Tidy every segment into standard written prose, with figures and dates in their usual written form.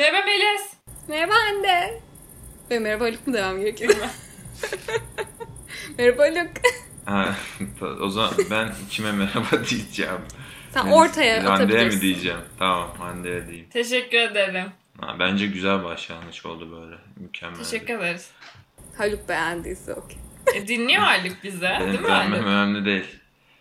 Merhaba Melis. Merhaba Hande. Ve merhaba Haluk mu devam gerekiyor? Merhaba Haluk. Ha, o zaman ben kime merhaba diyeceğim? Sen ortaya Hande'ye atabilirsin. mi diyeceğim? Tamam, Hande'ye diyeyim. Teşekkür ederim. Bence güzel başlangıç oldu böyle. Mükemmel. Teşekkür ederiz. Haluk beğendiyse okey. Dinliyor Haluk bize, değil Benim mi beğenmem Haluk? önemli değil.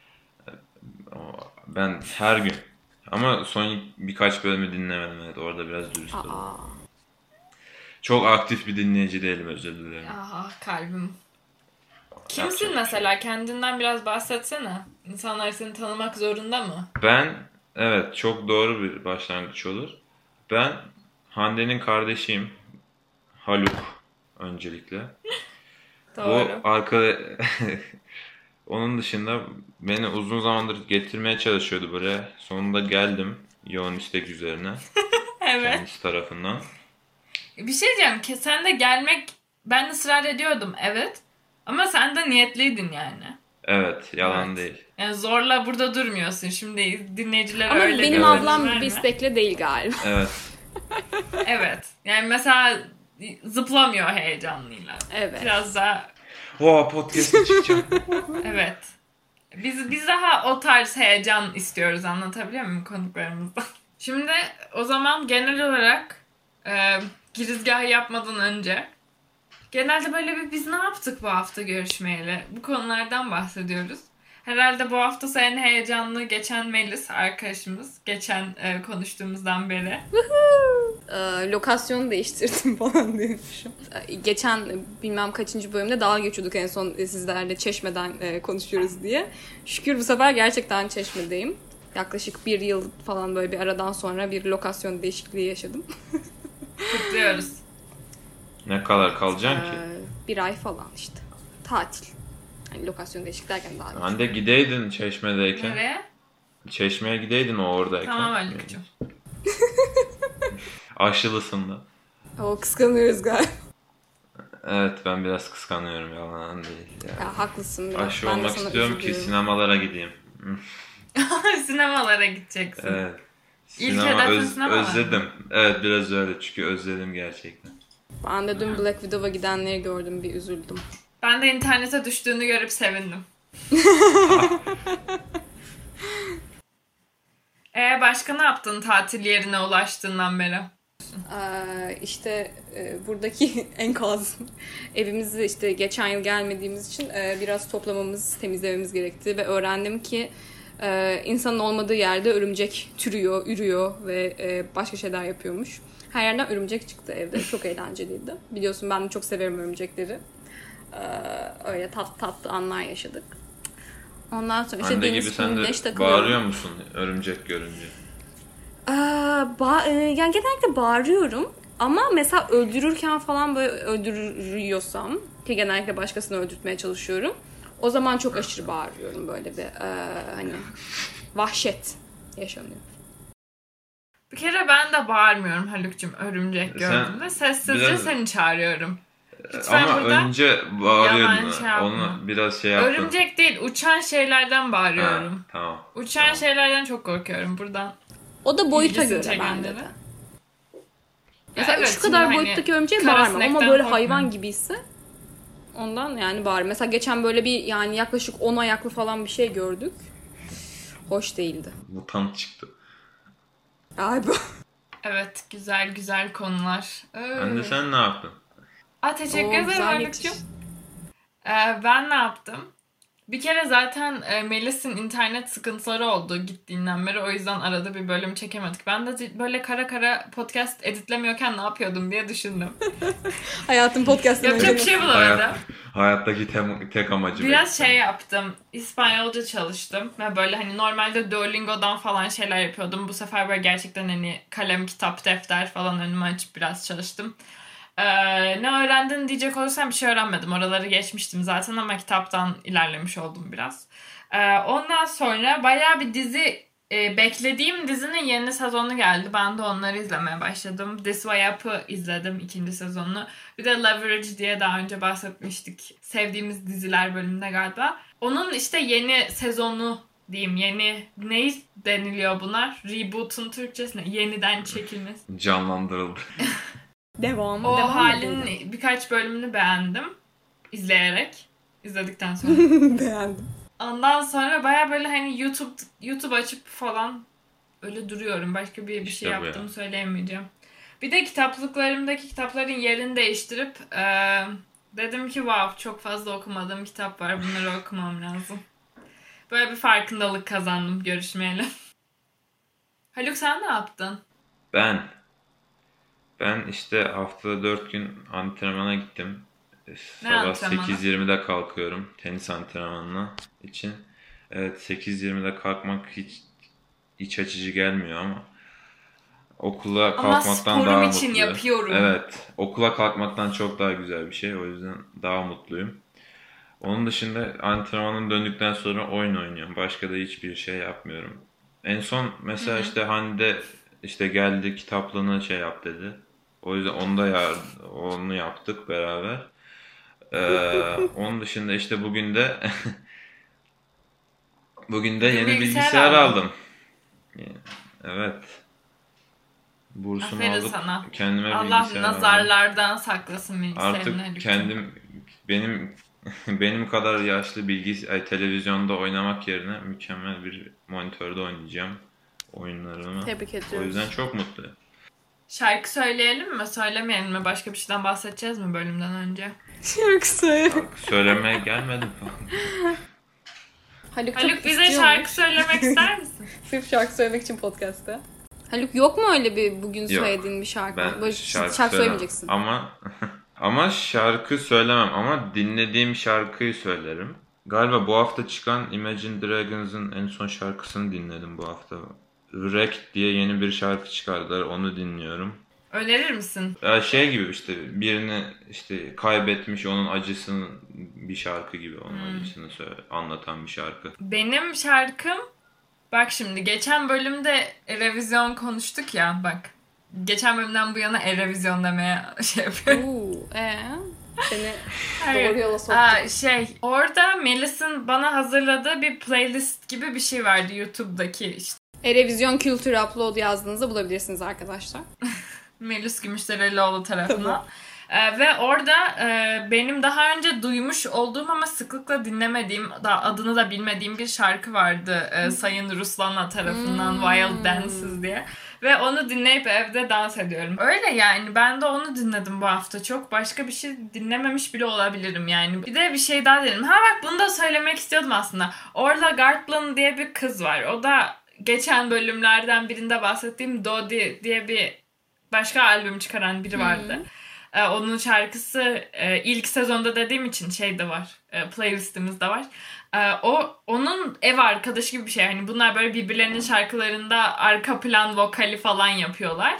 Ben her gün. Ama son birkaç bölümü dinlemedim. Evet, orada biraz dürüst oldum. Çok aktif bir dinleyici değilim, özür dilerim. Aha kalbim. Kimsin Yapacak mesela? Kendinden biraz bahsetsene. İnsanlar seni tanımak zorunda mı? Ben, evet, çok doğru bir başlangıç olur. Ben Hande'nin kardeşiyim. Haluk öncelikle. Doğru. Bu onun dışında beni uzun zamandır getirmeye çalışıyordu buraya. Sonunda geldim yoğun istek üzerine Evet. kendisi tarafından. Bir şey diyeceğim ki sen de gelmek ben ısrar ediyordum evet. Ama sen de niyetliydin yani. Evet, yalan Evet. değil. Yani zorla burada durmuyorsun. Şimdi dinleyicilere Ama öyle benim bir ablam verme. gibi istekli değil galiba. Evet. Evet. Yani mesela zıplamıyor heyecanlıyla. Evet. Biraz daha Podcast'a çıkacağım. evet. Biz daha o tarz heyecan istiyoruz, anlatabiliyor muyum konuklarımızdan? Şimdi o zaman genel olarak girizgahı yapmadan önce genelde böyle bir biz ne yaptık bu hafta görüşmeyle? Bu konulardan bahsediyoruz. Herhalde bu hafta en heyecanlı geçen Melis arkadaşımız. Geçen konuştuğumuzdan beri. Lokasyonu değiştirdim falan diyormuşum. Geçen bilmem kaçıncı bölümde dalga geçiyorduk en son sizlerle Çeşme'den konuşuyoruz diye. Şükür bu sefer gerçekten Çeşme'deyim. Yaklaşık bir yıl falan böyle bir aradan sonra bir lokasyon değişikliği yaşadım. Kutluyoruz. Ne kadar kalacaksın ki? Bir ay falan işte. Tatil. Hani lokasyon değişikliği derken daha doğrusu. Hande gideydin Çeşme'deyken. Nereye? Çeşme'ye gideydin o oradayken. Tamam Haluk'cum. Aşılısın da. O kıskanıyoruz galiba. Evet, ben biraz kıskanıyorum, yalan değil. Ya haklısın biraz. Aşı Ben de olmak sana istiyorum ki üzülüyorum. sinemalara gideyim. Sinemalara gideceksin. Evet. İlk hedefin sinemalar mı? özledim. Evet, biraz öyle çünkü özledim gerçekten. Ben de dün Black Widow'a gidenleri gördüm, bir üzüldüm. Ben de internete düştüğünü görüp sevindim. Başka ne yaptın tatil yerine ulaştığından beri? İşte buradaki enkaz evimizi işte geçen yıl gelmediğimiz için biraz toplamamız, temizlememiz gerekti ve öğrendim ki insanın olmadığı yerde örümcek türüyor, ürüyor ve başka şeyler yapıyormuş. Her yerden örümcek çıktı evde. Çok eğlenceliydi. Biliyorsun ben de çok severim örümcekleri. Öyle tatlı anlar yaşadık. Ondan sonra işte Hande gibi deniz, sen de güneş takılıyorum. bağırıyor musun örümcek görünce? Yani genellikle bağırıyorum ama mesela öldürürken falan böyle öldürüyorsam ki genellikle başkasını öldürtmeye çalışıyorum. O zaman çok aşırı bağırıyorum, böyle bir hani vahşet yaşanıyor. Bir kere ben de bağırmıyorum Haluk'cum örümcek gördüğümde. Sessizce biraz- seni çağırıyorum. Lütfen Ama burada önce bağırıyordun. yalan şey yapma. Onu biraz şey yaptın. örümcek değil uçan şeylerden bağırıyorum. Ha, tamam. Uçan Tamam. şeylerden çok korkuyorum buradan. O da boyuta İlgisini göre bende çekenleri. de. Mesela Evet, şu kadar şimdi boyuttaki hani örümceğe kara bağırmam ama sinekten böyle korkmuyorum. hayvan gibiyse ondan yani bağırırım. Mesela geçen böyle bir yani yaklaşık 10 ayaklı falan bir şey gördük. Hoş değildi. Mutant çıktı. Ay bu. Evet güzel konular. Hande sen ne yaptın? Teşekkür Oo, ederim güzel Haluk'cum. Ben ne yaptım? Bir kere zaten Melis'in internet sıkıntıları oldu gittiğinden beri. O yüzden arada bir bölüm çekemedik. Ben de böyle kara podcast editlemiyorken ne yapıyordum diye düşündüm. Hayatım podcast'ın Yapacak bir şey bulamadım. Hayattaki tek amacı. Biraz şey yaptım. İspanyolca çalıştım. Ve böyle hani normalde Duolingo'dan falan şeyler yapıyordum. Bu sefer böyle gerçekten hani kalem, kitap, defter falan önüme açıp biraz çalıştım. Ne öğrendin diyecek olursam bir şey öğrenmedim. Oraları geçmiştim zaten ama kitaptan ilerlemiş oldum biraz. Ondan sonra bayağı bir dizi beklediğim dizinin yeni sezonu geldi. Ben de onları izlemeye başladım. This Way Up'ı izledim 2. sezonunu. Bir de Leverage diye daha önce bahsetmiştik. Sevdiğimiz diziler bölümünde galiba. Onun işte yeni sezonu diyeyim, yeni ne deniliyor buna? Reboot'un Türkçesi ne? Yeniden çekilmesi. Canlandırıldı. Devam halinin birkaç bölümünü beğendim. İzledikten sonra. Beğendim. Ondan sonra baya böyle hani YouTube açıp falan öyle duruyorum. Başka bir İşte şey bu yaptığımı ya. söyleyemeyeceğim. Bir de kitaplıklarımdaki kitapların yerini değiştirip dedim ki wow, çok fazla okumadığım kitap var. Bunları okumam lazım. Böyle bir farkındalık kazandım görüşmeyle. Haluk, sen ne yaptın? Ben işte haftada 4 gün antrenmana gittim. Sabah antrenmanı? 8.20'de kalkıyorum tenis antrenmanına için. Evet, 8.20'de kalkmak hiç iç açıcı gelmiyor ama okula Ama kalkmaktan sporum daha için mutlu. yapıyorum. Evet, okula kalkmaktan çok daha güzel bir şey. O yüzden daha mutluyum. Onun dışında antrenmanın döndükten sonra oyun oynuyorum. Başka da hiçbir şey yapmıyorum. En son mesela işte Hande işte geldi, kitaplığını şey yap dedi. O yüzden onu yaptık beraber. Onun dışında işte bugün de yeni bilgisayar aldım. Evet. Bursunu Aferin alıp sana. kendime Allah bilgisayar aldım. nazarlardan saklasın bilgisayarını Artık Haluk'cum. benim kadar yaşlı televizyonda oynamak yerine mükemmel bir monitörde oynayacağım oyunlarımı. Tebrik O ediyoruz. yüzden çok mutluyum. Şarkı söyleyelim mi? Söylemeyelim mi? Başka bir şeyden bahsedeceğiz mi bölümden önce? Şarkı söyle. Şarkı söylemeye gelmedim falan. Haluk Bize istiyormuş. şarkı söylemek ister misin? Sırf şarkı söylemek için podcast'te. Haluk, yok mu öyle bir bugün Yok. söylediğin bir şarkı? Ben Böyle şarkı söylemeyeceksin. Ama şarkı söylemem ama dinlediğim şarkıyı söylerim. Galiba bu hafta çıkan Imagine Dragons'ın en son şarkısını dinledim bu hafta. Wrecked diye yeni bir şarkı çıkardılar. Onu dinliyorum. Önerir misin? Şey gibi işte birini işte kaybetmiş, onun acısının bir şarkı gibi, onun acısını anlatan bir şarkı. Benim şarkım, bak şimdi geçen bölümde Erevizyon konuştuk ya, bak. Geçen bölümden bu yana Erevizyon demeye şey yapıyorum. Seni Hayır. doğru yola soktum. Orada Melis'in bana hazırladığı bir playlist gibi bir şey vardı YouTube'daki işte. Erevizyon Kültür Upload yazdığınızda bulabilirsiniz arkadaşlar. Melis Gümüşderelioğlu tarafından. Ve orada benim daha önce duymuş olduğum ama sıklıkla dinlemediğim, daha adını da bilmediğim bir şarkı vardı. Sayın Ruslana tarafından Wild Dances diye. Ve onu dinleyip evde dans ediyorum. Öyle yani, ben de onu dinledim bu hafta. Çok başka bir şey dinlememiş bile olabilirim yani. Bir de bir şey daha dedim. Ha bak, bunu da söylemek istiyordum aslında. Orla Gartland diye bir kız var. O da geçen bölümlerden birinde bahsettiğim Dodi diye bir başka albüm çıkaran biri vardı. Onun şarkısı ilk sezonda dediğim için şey de var. Playlistimizde var. Onun ev arkadaşı gibi bir şey. Hani bunlar böyle birbirlerinin şarkılarında arka plan vokali falan yapıyorlar.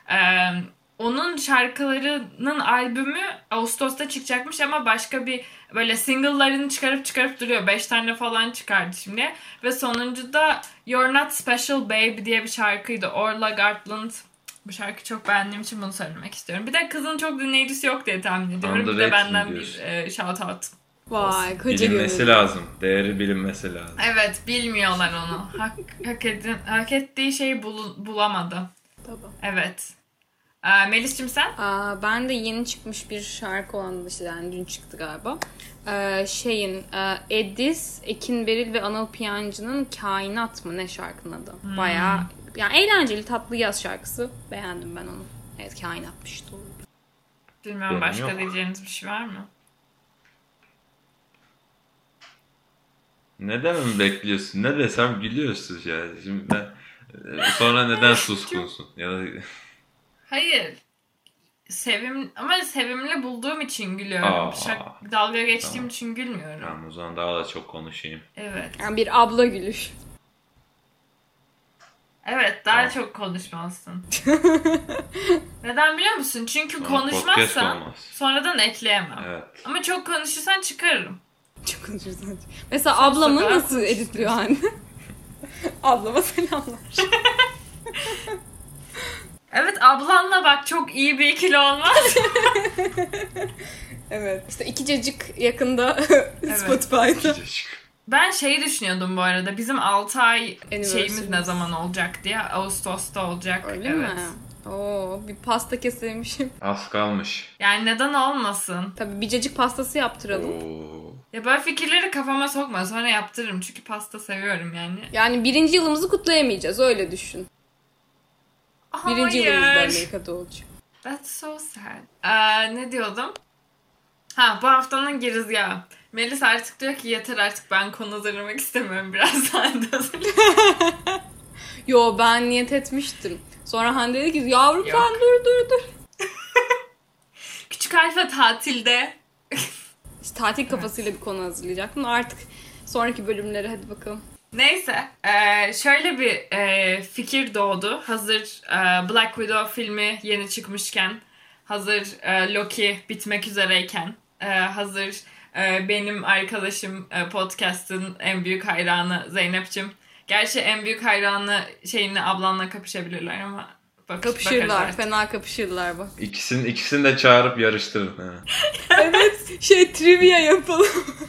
Onun şarkılarının albümü Ağustos'ta çıkacakmış ama başka bir böyle single'larını çıkarıp duruyor. 5 tane falan çıkardı şimdi. Ve sonuncu da You're Not Special Babe diye bir şarkıydı. Orla Gartland. Bu şarkı çok beğendiğim için bunu söylemek istiyorum. Bir de kızın çok dinleyicisi yok diye tahmin ediyorum. Bir de benden bir shout out. Vay, koca Bilinmesi gönüllü. lazım. Değeri bilinmesi lazım. Evet, bilmiyorlar onu. Hak ettiği şeyi bulamadı. Tabii. Evet. Melis'cim sen? Ben de yeni çıkmış bir şarkı olan, işte yani dün çıktı galiba. Edis, Ekin Beril ve Anıl Piyancı'nın Kainat mı ne şarkının adı? Bayağı yani eğlenceli, tatlı yaz şarkısı. Beğendim ben onu. Evet, Kainatmış doğru. Bilmiyorum, Benim başka yok. diyeceğiniz bir şey var mı? Neden mi bekliyorsun? Ne desem gülüyorsun yani. Şimdi sonra neden suskunsun? Ya da Hayır. Sevimli bulduğum için gülüyorum. Dalga geçtiğim için gülmüyorum. tamam, o zaman daha da çok konuşayım. Evet. Yani bir abla gülüş. Evet, daha çok konuşmalısın. Neden biliyor musun? Çünkü Sonra podcast konuşmazsan olmaz. sonradan ekleyemem. Evet. Ama çok konuşursan çıkarırım. Çok konuşursun. Mesela ablamı sokağa nasıl editliyor anne? Ablama selamlar. Evet, ablanla bak çok iyi bir ikili olmaz. Evet. İşte iki cacık yakında Spotify'da. Ben şeyi düşünüyordum bu arada. Bizim 6 ay Anniversary. şeyimiz ne zaman olacak diye. Ağustos'ta olacak. Öyle evet. mi? Oo, bir pasta kesilmişim. Az kalmış. Yani neden olmasın? Tabii bir cacık pastası yaptıralım. Oo. Ya böyle fikirleri kafama sokma. Sonra yaptırırım. Çünkü pasta seviyorum yani. Yani 1. yılımızı kutlayamayacağız, öyle düşün. 1. yılımızda Amerika'da olacak. That's so sad. Ne diyordum? Ha, bu haftanın girizgahı. Melis artık diyor ki yeter artık, ben konu hazırlamak istemiyorum, biraz daha da Yo, ben niyet etmiştim. Sonra Hande dedi ki yavrum Yok. sen dur. Küçük Alfa tatilde. İşte tatil kafasıyla bir konu hazırlayacaktım. Artık sonraki bölümlere hadi bakalım. Neyse, şöyle bir fikir doğdu. Hazır Black Widow filmi yeni çıkmışken, hazır Loki bitmek üzereyken, hazır benim arkadaşım podcast'ın en büyük hayranı Zeynep'cim. Gerçi en büyük hayranı şeyini ablanla kapışabilirler ama Kapışırlar, fena kapışırlar bak. İkisini de çağırıp yarıştırın. Ha. Evet, trivia yapalım.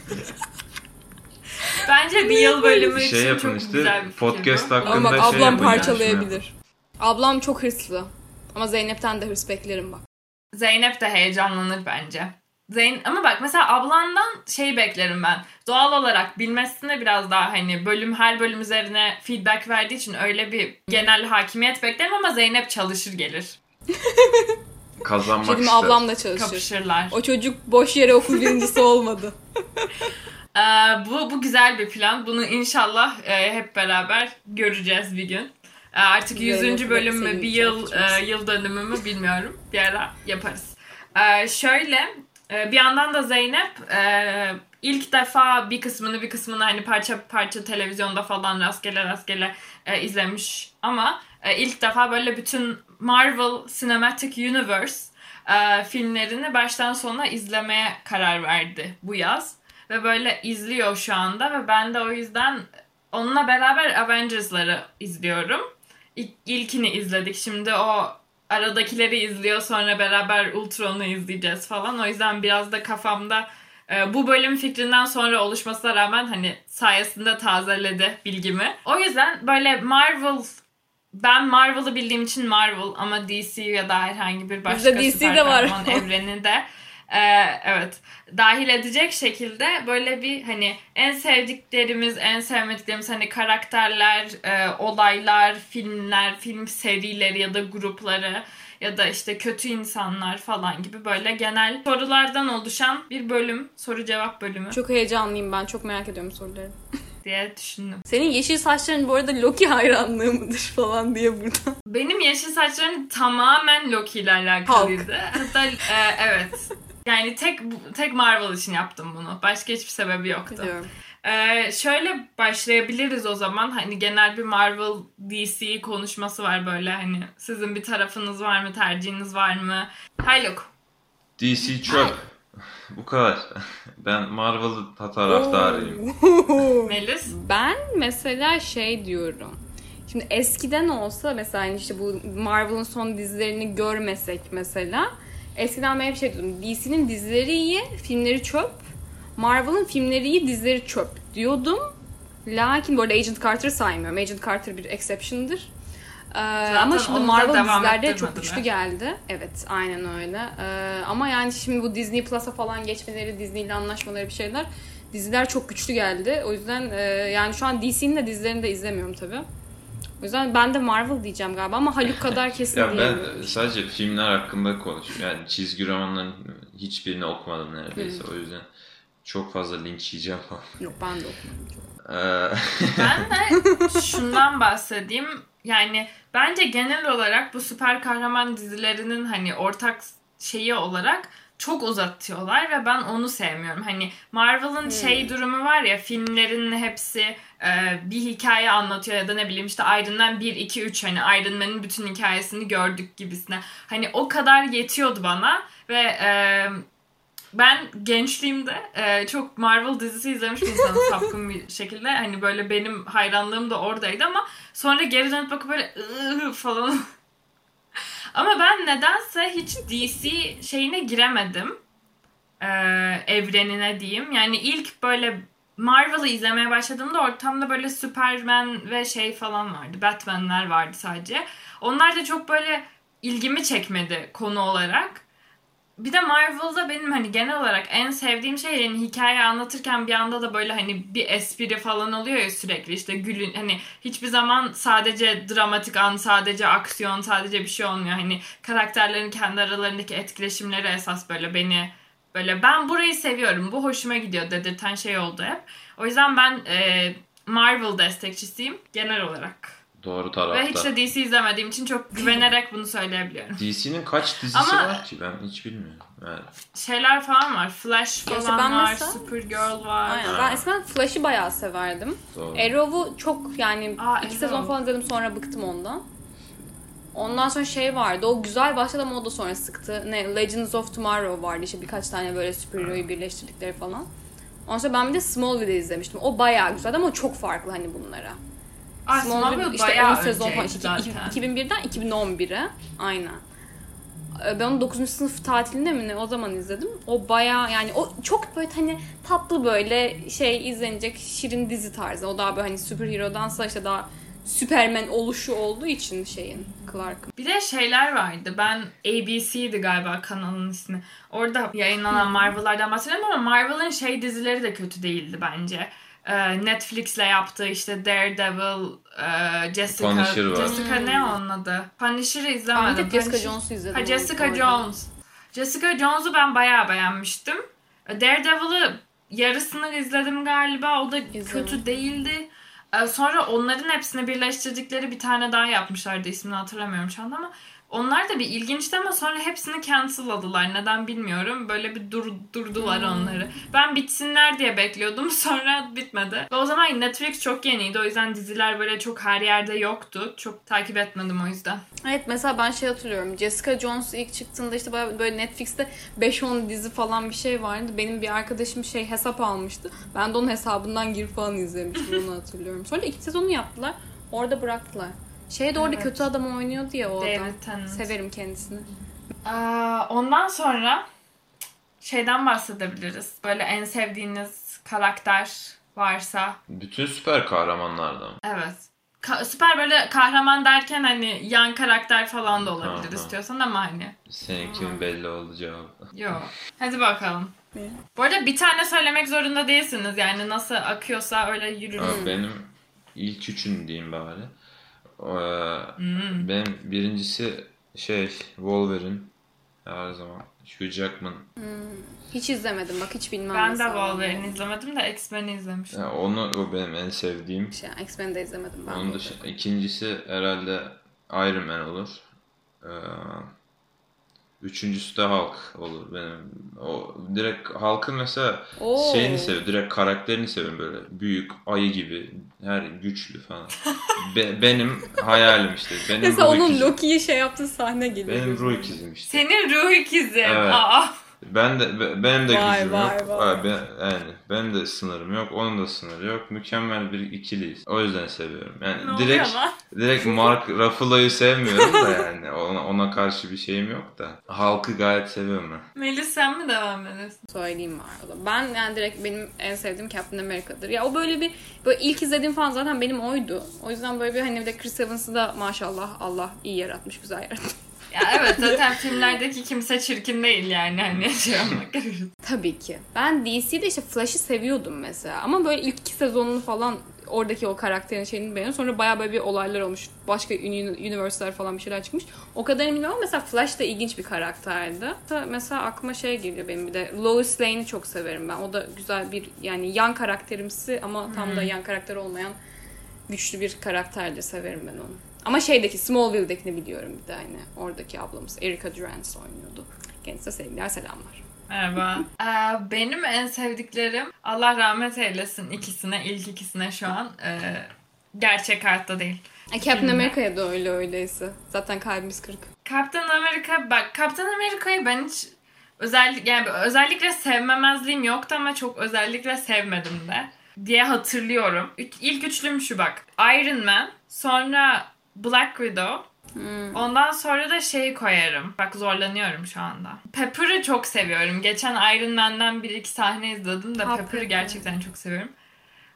Bence bir yıl bölümü Şey için yapın çok işte, güzel bir fikir podcast bu. hakkında Ama bak şey ablam yapın yani, parçalayabilir. Ablam çok hırslı. Ama Zeynep'ten de hırs beklerim bak. Zeynep de heyecanlanır bence. Ama bak mesela ablandan şey beklerim ben. Doğal olarak bilmesine biraz daha hani her bölüm üzerine feedback verdiği için öyle bir genel hakimiyet beklerim ama Zeynep çalışır gelir. Kazanmak Şimdi ister. ablam da çalışır. Kapışırlar. O çocuk boş yere okul birincisi olmadı. Bu güzel bir plan. Bunu inşallah hep beraber göreceğiz bir gün. Artık 100. Zeynep bölüm mü, senin bir yıl dönümü mü bilmiyorum. Bir ara yaparız. Şöyle bir yandan da Zeynep ilk defa bir kısmını hani parça parça televizyonda falan rastgele izlemiş ama ilk defa böyle bütün Marvel Cinematic Universe filmlerini baştan sona izlemeye karar verdi bu yaz. Ve böyle izliyor şu anda ve ben de o yüzden onunla beraber Avengers'ları izliyorum. İlkini izledik. Şimdi o aradakileri izliyor. Sonra beraber Ultron'u izleyeceğiz falan. O yüzden biraz da kafamda bu bölüm fikrinden sonra oluşmasına rağmen hani sayesinde tazeledi bilgimi. O yüzden böyle ben Marvel'ı bildiğim için Marvel ama DC ya da herhangi bir başka süper kahraman evreni de evet dahil edecek şekilde böyle bir hani en sevdiklerimiz, en sevmediklerimiz hani karakterler, olaylar, filmler, film serileri ya da grupları ya da işte kötü insanlar falan gibi böyle genel sorulardan oluşan bir bölüm, soru cevap bölümü. Çok heyecanlıyım ben, çok merak ediyorum soruları. Diye düşündüm. Senin yeşil saçların bu arada Loki hayranlığı mıdır falan diye burada. Benim yeşil saçlarım tamamen Loki ile alakalıydı. Hatta evet. Yani tek Marvel için yaptım bunu. Başka hiçbir sebebi yoktu. Biliyorum. Şöyle başlayabiliriz o zaman. Hani genel bir Marvel DC konuşması var böyle hani. Sizin bir tarafınız var mı? Tercihiniz var mı? Haluk. DC çöp. Bu kadar. Ben Marvel taraftarıyım. Melis. Ben mesela diyorum. Şimdi eskiden olsa mesela hani işte bu Marvel'ın son dizilerini görmesek mesela. Eskiden ben hep diyordum. DC'nin dizileri iyi, filmleri çöp. Marvel'ın filmleri iyi, dizileri çöp diyordum. Lakin bu arada Agent Carter'ı saymıyorum. Agent Carter bir exception'dır. Ama şimdi Marvel dizilerde çok güçlü geldi. Evet, aynen öyle. Ama yani şimdi bu Disney Plus'a falan geçmeleri, Disney ile anlaşmaları bir şeyler. Diziler çok güçlü geldi. O yüzden yani şu an DC'nin de dizilerini de izlemiyorum tabii. O yüzden ben de Marvel diyeceğim galiba ama Haluk kadar kesin ya diyemiyorum. ben sadece filmler hakkında konuşuyorum. Yani çizgi romanların hiçbirini okumadım neredeyse. O yüzden çok fazla linç yiyeceğim falan. Yok, ben de okumadım. Ben de şundan bahsedeyim. Yani bence genel olarak bu süper kahraman dizilerinin hani ortak şeyi olarak çok uzatıyorlar ve ben onu sevmiyorum. Hani Marvel'ın durumu var ya, filmlerin hepsi bir hikaye anlatıyor ya da ne bileyim işte Iron Man 1, 2, 3 hani Iron Man'in bütün hikayesini gördük gibisine. Hani o kadar yetiyordu bana ve ben gençliğimde çok Marvel dizisi izlemiş bir insanım sapkın bir şekilde. Hani böyle benim hayranlığım da oradaydı ama sonra geri dönüp bakıp böyle falan. Ama ben nedense hiç DC şeyine giremedim. Evrenine diyeyim. Yani ilk böyle Marvel'ı izlemeye başladığımda ortamda böyle Superman ve şey falan vardı. Batman'ler vardı sadece. Onlar da çok böyle ilgimi çekmedi konu olarak. Bir de Marvel'da benim hani genel olarak en sevdiğim şey yani hikaye anlatırken bir anda da böyle hani bir espri falan oluyor ya sürekli işte gülün hani hiçbir zaman sadece dramatik an, sadece aksiyon, sadece bir şey olmuyor. Hani karakterlerin kendi aralarındaki etkileşimleri esas böyle beni böyle ben burayı seviyorum, bu hoşuma gidiyor dedirten şey oldu hep. O yüzden ben Marvel destekçisiyim genel olarak. Doğru Ve tarafta. hiç de DC izlemediğim için çok güvenerek bunu söyleyebiliyorum. DC'nin kaç dizisi Ama var ki? Ben hiç bilmiyorum. Evet. şeyler falan var. Flash Ya işte falan ben var. mesela- Supergirl var. Aynen. Ben eskiden Flash'ı bayağı severdim. Doğru. Arrow'u çok yani Aa, 2 Arrow. sezon falan izledim sonra bıktım ondan. Ondan sonra şey vardı. O güzel başladı ama o da sonra sıktı. Ne Legends of Tomorrow vardı işte birkaç tane böyle süperhero'yu birleştirdikleri falan. Ondan sonra ben bir de Smallville'i izlemiştim. O bayağı güzeldi ama çok farklı hani bunlara. Aa, Smallville işte bayağı 10 sezon falan. önceydi zaten. 2001'den 2011'e. Aynen. Ben onu 9. sınıf tatilinde mi ne o zaman izledim. O bayağı yani o çok böyle hani tatlı böyle şey izlenecek şirin dizi tarzı. O daha böyle hani superhero'dansa işte daha Superman oluşu olduğu için şeyin Clark'ın. Bir de şeyler vardı. Ben ABC'ydi galiba kanalın ismi. Orada yayınlanan Marvel'lardan bahsediyorum ama Marvel'ın şey dizileri de kötü değildi bence. Netflix'le yaptığı işte Daredevil, Jessica. Punisher var. Jessica ne onun adı? Punisher'ı Ben izlemedim. bir de Jessica Punisher- Jones'u izledim. Ha, Jessica orada. Jones. Jessica Jones'u ben bayağı beğenmiştim. Daredevil'ı yarısını izledim galiba. O da kötü değildi. Sonra onların hepsini birleştirdikleri bir tane daha yapmışlardı. İsmini hatırlamıyorum şu anda ama onlar da bir ilginçti ama sonra hepsini cancel'ladılar. Neden bilmiyorum. Böyle bir durdular onları. Ben bitsinler diye bekliyordum. Sonra bitmedi. Ve o zaman Netflix çok yeniydi. O yüzden diziler böyle çok her yerde yoktu. Çok takip etmedim o yüzden. Evet mesela ben şey hatırlıyorum. Jessica Jones ilk çıktığında işte böyle Netflix'te 5-10 dizi falan bir şey vardı. Benim bir arkadaşım şey hesap almıştı. Ben de onun hesabından girip falan izlemiştim onu hatırlıyorum. Sonra 2 sezonu yaptılar. Orada bıraktılar. Şey de orada Evet. kötü adam oynuyordu ya o adam. David Tennant. Severim kendisini. Ondan sonra şeyden bahsedebiliriz. Böyle en sevdiğiniz karakter varsa. Bütün süper kahramanlardan. Evet. Süper böyle kahraman derken hani yan karakter falan da olabilir Aha. istiyorsan ama hani. Seninkin belli oldu cevabı. Yok. Hadi bakalım. Ne? Bu arada bir tane söylemek zorunda değilsiniz. Yani nasıl akıyorsa öyle yürürüz. Benim ilk üçün diyeyim bari. Benim birincisi Wolverine. Her zaman. Hugh Jackman. Hiç izlemedim bak hiç bilmem. Ben de mesela. Wolverine izlemedim de X-Men'i izlemiştim. Yani o benim en sevdiğim. X-Men'i de izlemedim ben. Onun dışında ikincisi herhalde Iron Man olur. Üçüncüsü de Hulk olur benim. O direkt Hulk'ın mesela Oo. şeyini seviyorum. Direkt karakterini seviyorum böyle. Büyük, ayı gibi. Her güçlü falan. Benim hayalim işte. Benim Mesela ruh onun ikizim. Loki'yi şey yaptığı sahne geliyor. Benim gözüme. ruh ikizim işte. Senin ruh ikizim. Evet. Aa. Benim de Vay, gücüm vay, yok. vay. Yani benim de sınırım yok. Onun da sınırı yok. Mükemmel bir ikiliyiz. O yüzden seviyorum. Ne Yani oluyor lan? direkt Mark Ruffalo'yu sevmiyorum da yani. Ona karşı bir şeyim yok da. Halkı gayet seviyorum ben. Melis sen mi devam edersin? Söyleyeyim var o da. Ben yani direkt benim en sevdiğim Captain America'dır. Ya o böyle ilk izlediğim falan zaten benim oydu. O yüzden böyle bir hani bir de Chris Evans'ı da maşallah Allah iyi yaratmış, güzel yaratmış. Ya evet zaten filmlerdeki kimse çirkin değil yani hani şey olmak gerekirse. Tabii ki. Ben DC'de işte Flash'ı seviyordum mesela. Ama böyle ilk 2 sezonunu falan oradaki o karakterin şeyini beğeniyorum. Sonra bayağı böyle bir olaylar olmuş. Başka universe'ler falan bir şeyler çıkmış. O kadar bilmiyorum ama mesela Flash da ilginç bir karakterdi. Mesela aklıma şey geliyor benim bir de. Lois Lane'i çok severim ben. O da güzel bir yani yan karakterimsi ama tam da yan karakter olmayan güçlü bir karakterdir. Severim ben onu. Ama Smallville'dekini biliyorum bir de hani. Oradaki ablamız Erica Durance oynuyordu. Kendisine sevgiler, selamlar. Merhaba. Benim en sevdiklerim Allah rahmet eylesin ilk ikisine şu an. Gerçek hayatta değil. Captain America'ya da öyleyse. Zaten kalbimiz kırık. Captain America'yı ben hiç özellikle sevmemezliğim yoktu ama çok özellikle sevmedim de diye hatırlıyorum. İlk üçlüm şu bak. Iron Man, sonra Black Widow, ondan sonra da şeyi koyarım. Bak zorlanıyorum şu anda. Pepper'ı çok seviyorum. Geçen Iron Man'den bir iki sahne izledim de Pepper'ı gerçekten çok seviyorum.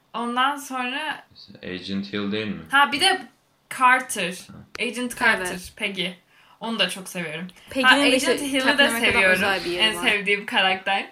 Ondan sonra Agent Hill değil mi? ha bir de Carter. Agent Carter. Evet. Peggy. Onu da çok seviyorum. Peggy'nin de Agent işte Hill'i de Captain America'dan seviyorum. özel bir yeri En var. sevdiğim karakter.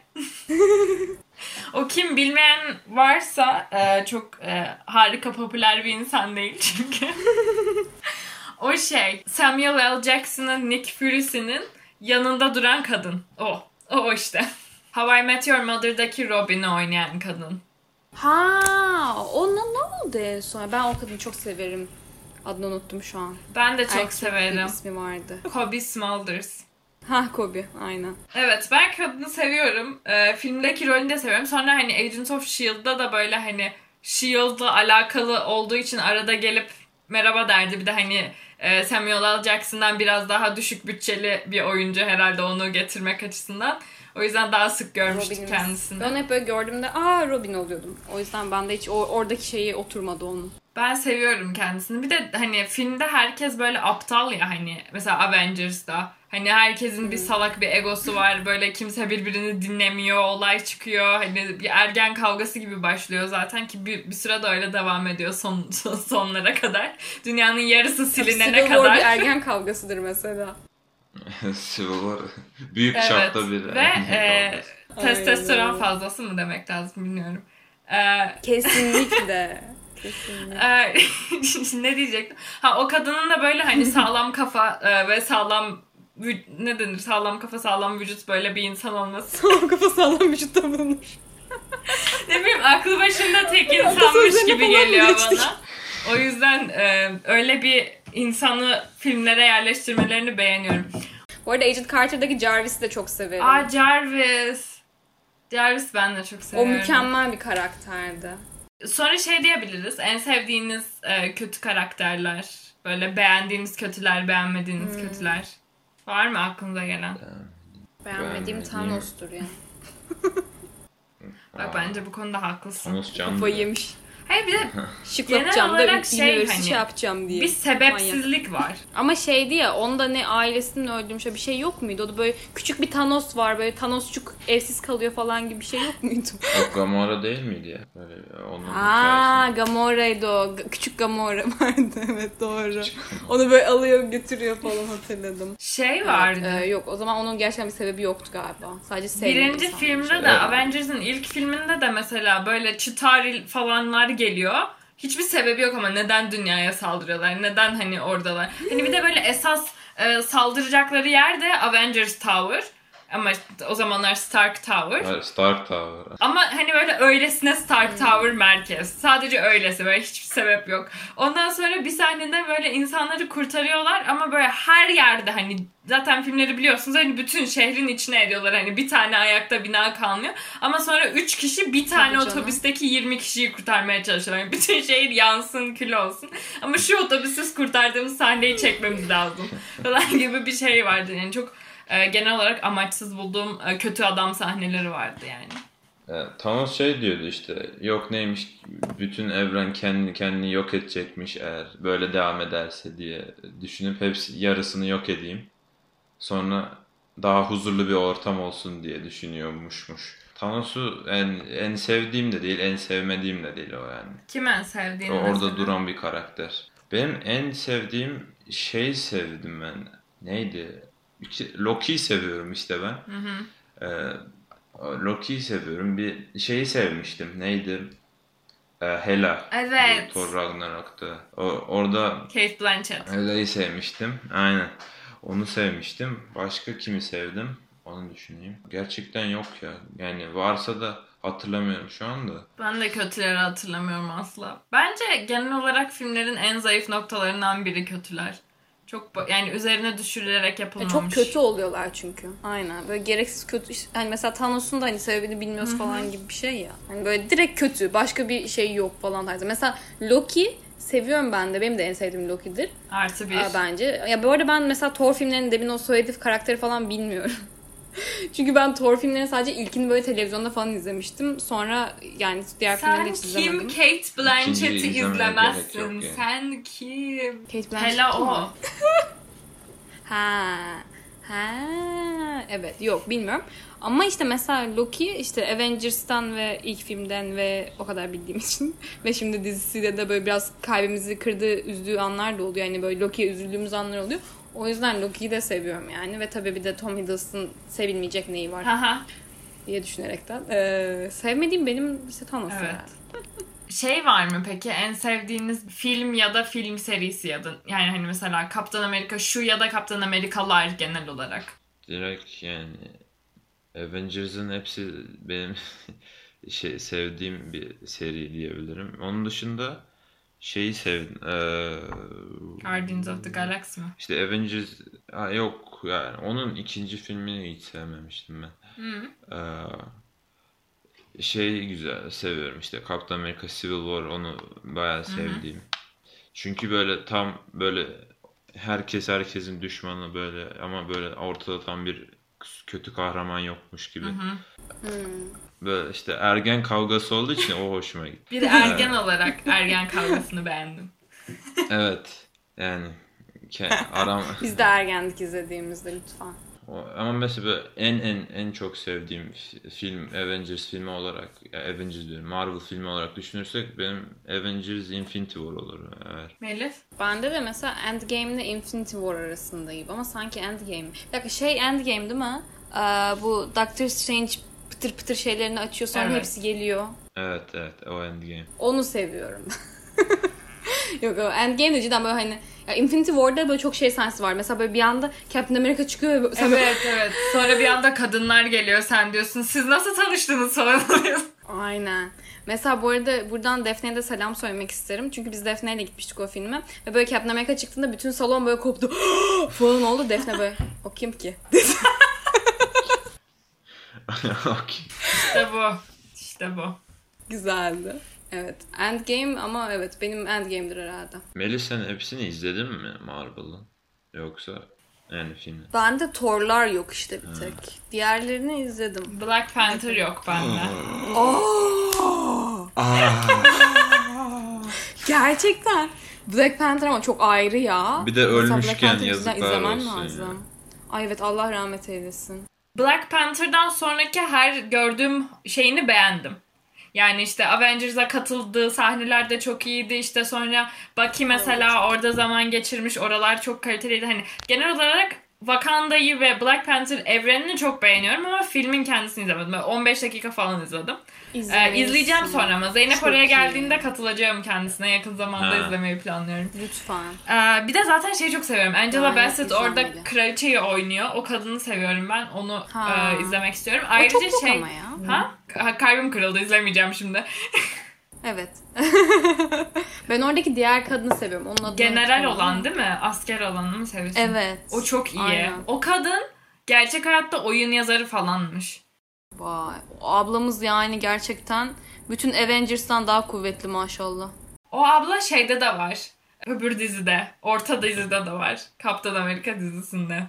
O kim bilmeyen varsa çok harika popüler bir insan değil çünkü. O Samuel L. Jackson'ın Nick Fury'sinin yanında duran kadın. O işte. How I Met Your Mother'daki Robin'i oynayan kadın. Ha, ne oldu en son? Ben o kadını çok severim. Adını unuttum şu an. Ben de çok Bir severim. ismi vardı. Kobe Smulders. Ha, Kobe, aynen. Evet, ben kadını seviyorum. Filmdeki rolünü de seviyorum. Sonra hani Agents of S.H.I.E.L.D'da da böyle hani S.H.I.E.L.D'la alakalı olduğu için arada gelip merhaba derdi. Bir de hani Samuel L. Jackson'dan biraz daha düşük bütçeli bir oyuncu herhalde onu getirmek açısından. O yüzden daha sık görmüştük kendisini. Ben hep böyle gördüğümde Robin oluyordum. O yüzden bende hiç oradaki şeyi oturmadı onun. Ben seviyorum kendisini. Bir de hani filmde herkes böyle aptal ya hani mesela Avengers'da. Hani herkesin bir salak bir egosu var. Böyle kimse birbirini dinlemiyor. Olay çıkıyor. Hani bir ergen kavgası gibi başlıyor zaten ki bir süre de öyle devam ediyor sonlara kadar. Dünyanın yarısı silinene Civil War kadar. bir ergen kavgasıdır mesela. Civil War büyük Evet. çapta bir Ve testosteron Aynen. fazlası mı demek lazım bilmiyorum. Kesinlikle. Ne diyecektim? O kadının da böyle hani sağlam kafa ve sağlam ne denir? Sağlam kafa, sağlam vücut böyle bir insan olması. Sağlam kafa sağlam vücutta bulunmuş. Ne bileyim aklı başında tek insanmış Atasözlerine gibi falan geliyor geçtik. bana. O yüzden öyle bir insanı filmlere yerleştirmelerini beğeniyorum. Bu arada Agent Carter'daki Jarvis'i de çok severim. Jarvis. Jarvis ben de çok O seviyorum. mükemmel bir karakterdi. Sonra diyebiliriz. En sevdiğiniz kötü karakterler. Böyle beğendiğiniz kötüler, beğenmediğiniz kötüler. Var mı aklınıza gelen? Beğenmediğim Thanos'tur ya. Bak bence bu konuda haklısın. Thanos canlı. Kafayı yemiş. Hayır bir de Şıklatacağım da olarak şey yapacağım diye. bir sebepsizlik var. Ama şeydi ya, onda ne ailesinin öldürmüş bir şey yok muydu? O da böyle küçük bir Thanos var, böyle Thanosçuk evsiz kalıyor falan gibi bir şey yok muydu? O Gamora değil miydi ya? Böyle onun Gamora'ydı o. Küçük Gamora vardı, evet doğru. Onu böyle alıyor götürüyor falan, hatırladım. Vardı. Yok, o zaman onun gerçekten bir sebebi yoktu galiba. Sadece sevmedi. Birinci filmde de Avengers'ın ilk filminde de mesela böyle Chitauri falanlar geliyor. Hiçbir sebebi yok ama neden dünyaya saldırıyorlar? Neden hani oradalar? Hani bir de böyle esas saldıracakları yer de Avengers Tower. Ama o zamanlar Stark Tower. Stark Tower. Ama hani böyle öylesine Stark Tower merkez. Sadece öylesi, böyle hiçbir sebep yok. Ondan sonra bir sahnede böyle insanları kurtarıyorlar ama böyle her yerde hani zaten filmleri biliyorsunuz hani bütün şehrin içine ediyorlar. Hani bir tane ayakta bina kalmıyor. Ama sonra 3 kişi bir tane otobüsteki 20 kişiyi kurtarmaya çalışıyorlar. Yani bütün şehir yansın, kül olsun. Ama şu otobüsüz kurtardığımız sahneyi çekmemiz lazım. Falan gibi bir şey vardı. Yani çok genel olarak amaçsız bulduğum kötü adam sahneleri vardı yani. Thanos diyordu işte, yok neymiş, bütün evren kendini yok edecekmiş eğer böyle devam ederse diye düşünüp yarısını yok edeyim. Sonra daha huzurlu bir ortam olsun diye düşünüyormuşmuş. Thanos'u en sevdiğim de değil, en sevmediğim de değil o yani. Kim en sevdiğin Orada mesela? duran bir karakter. Benim en sevdiğim sevdim ben. Neydi? Loki'yi seviyorum işte ben. Loki'yi seviyorum. Bir sevmiştim. Neydi? Hela. Evet. Thor Ragnarok'ta. Orada Cate Blanchett. Hela'yı sevmiştim. Aynen. Onu sevmiştim. Başka kimi sevdim? Onu düşüneyim. Gerçekten yok ya. Yani varsa da hatırlamıyorum şu anda. Ben de kötüleri hatırlamıyorum asla. Bence genel olarak filmlerin en zayıf noktalarından biri kötüler. Çok yani üzerine düşürülerek yapılmamış. Çok kötü oluyorlar çünkü. Aynen. Böyle gereksiz kötü. Hani mesela Thanos'un da hani sebebini bilmiyoruz falan gibi bir şey ya. Hani böyle direkt kötü. Başka bir şey yok falan tarzı. Mesela Loki seviyorum ben de. Benim de en sevdiğim Loki'dir. Artı bir. Bence. Ya bu arada ben mesela Thor filmlerinin demin o söylediği karakteri falan bilmiyorum. Çünkü ben Thor filmlerini sadece ilkini böyle televizyonda falan izlemiştim. Sonra yani diğer filmleri hiç izlemedim. Sen kim Cate Blanchett'i İkinciyi izlemeye izlemezsin? gerek yok yani. Sen kim? Cate Blanchett Hela mi? o. Ha. Evet. Yok bilmiyorum. Ama işte mesela Loki işte Avengers'tan ve ilk filmden ve o kadar bildiğim için ve şimdi dizisiyle de böyle biraz kalbimizi kırdığı, üzdüğü anlar da oluyor. Yani böyle Loki'ye üzüldüğümüz anlar oluyor. O yüzden Loki'yi de seviyorum yani. Ve tabii bir de Tom Hiddleston sevilmeyecek neyi var diye düşünerekten. Sevmediğim benim işte Thanos herhalde. Şey var mı peki en sevdiğiniz film ya da film serisi ya da yani hani mesela Kaptan Amerika şu ya da Kaptan Amerikalar genel olarak? Direkt yani Avengers'ın hepsi benim sevdiğim bir seri diyebilirim. Onun dışında şeyi sevdim. Guardians of the Galaxy mi? İşte Avengers yok yani onun ikinci filmini hiç sevmemiştim ben. Şey güzel seviyorum işte Captain America Civil War onu bayağı sevdiğim. Çünkü böyle tam böyle herkes herkesin düşmanı böyle ama böyle ortada tam bir kötü kahraman yokmuş gibi. Böyle işte ergen kavgası olduğu için o hoşuma gitti. Bir ergen olarak ergen kavgasını beğendim. Evet. Yani Biz de ergendik izlediğimizde lütfen. Ama mesela böyle en çok sevdiğim film Avengers filmi olarak Avengers diyorum Marvel filmi olarak düşünürsek benim Avengers Infinity War olur. Evet. Melih? Bende de mesela Endgame ile Infinity War arasındayım ama sanki Endgame. Bir dakika Endgame değil mi? Bu Doctor Strange pıtır pıtır şeylerini açıyor sonra hepsi geliyor. Evet o Endgame. Onu seviyorum. Yok Endgame de cidden böyle hani ya Infinity War'da böyle çok şey sahnesi var. Mesela böyle bir anda Captain America çıkıyor ve Evet. Sonra bir anda kadınlar geliyor sen diyorsun. Siz nasıl tanıştınız falan oluyorsun. Aynen. Mesela bu arada buradan Defne'ye de selam söylemek isterim. Çünkü biz Defne'yle gitmiştik o filme. Ve böyle Captain America çıktığında bütün salon böyle koptu. falan oldu. Defne böyle o kim ki? İşte bu. Güzeldi. Evet. Endgame ama evet benim Endgame'dir herhalde. Melih sen hepsini izledin mi Marvel'ın? Yoksa yani filmi? Bende Thor'lar yok işte bir tek. Diğerlerini izledim. Black Panther yok bende. Gerçekten. Black Panther ama çok ayrı ya. Bir de ölmüşken yazıklar yazıklar olsun lazım. Ya. Ay evet Allah rahmet eylesin. Black Panther'dan sonraki her gördüğüm şeyini beğendim. Yani işte Avengers'a katıldığı sahneler de çok iyiydi. İşte sonra Bucky mesela orada zaman geçirmiş. Oralar çok kaliteliydi. Hani genel olarak Wakanda'yı ve Black Panther evrenini çok beğeniyorum ama filmin kendisini izlemedim. Böyle 15 dakika falan izledim. İzleyeceğim sonra ama Zeynep çok oraya geldiğinde katılacağım kendisine. Yakın zamanda izlemeyi planlıyorum. Lütfen. Bir de zaten şeyi çok seviyorum. Angela Bassett orada kraliçeyi oynuyor. O kadını seviyorum ben. Onu izlemek istiyorum. Ayrıca o çok ama ya. Kalbim kırıldı. İzlemeyeceğim şimdi. Evet. Ben oradaki diğer kadını seviyorum. Onun adını General olan değil mi? Asker olanı mı seviyorsun? Evet. O çok iyi. Aynen. O kadın gerçek hayatta oyun yazarı falanmış. Vay. O ablamız yani gerçekten bütün Avengers'tan daha kuvvetli maşallah. O abla şeyde de var. Öbür dizide. Orta dizide de var. Kaptan Amerika dizisinde.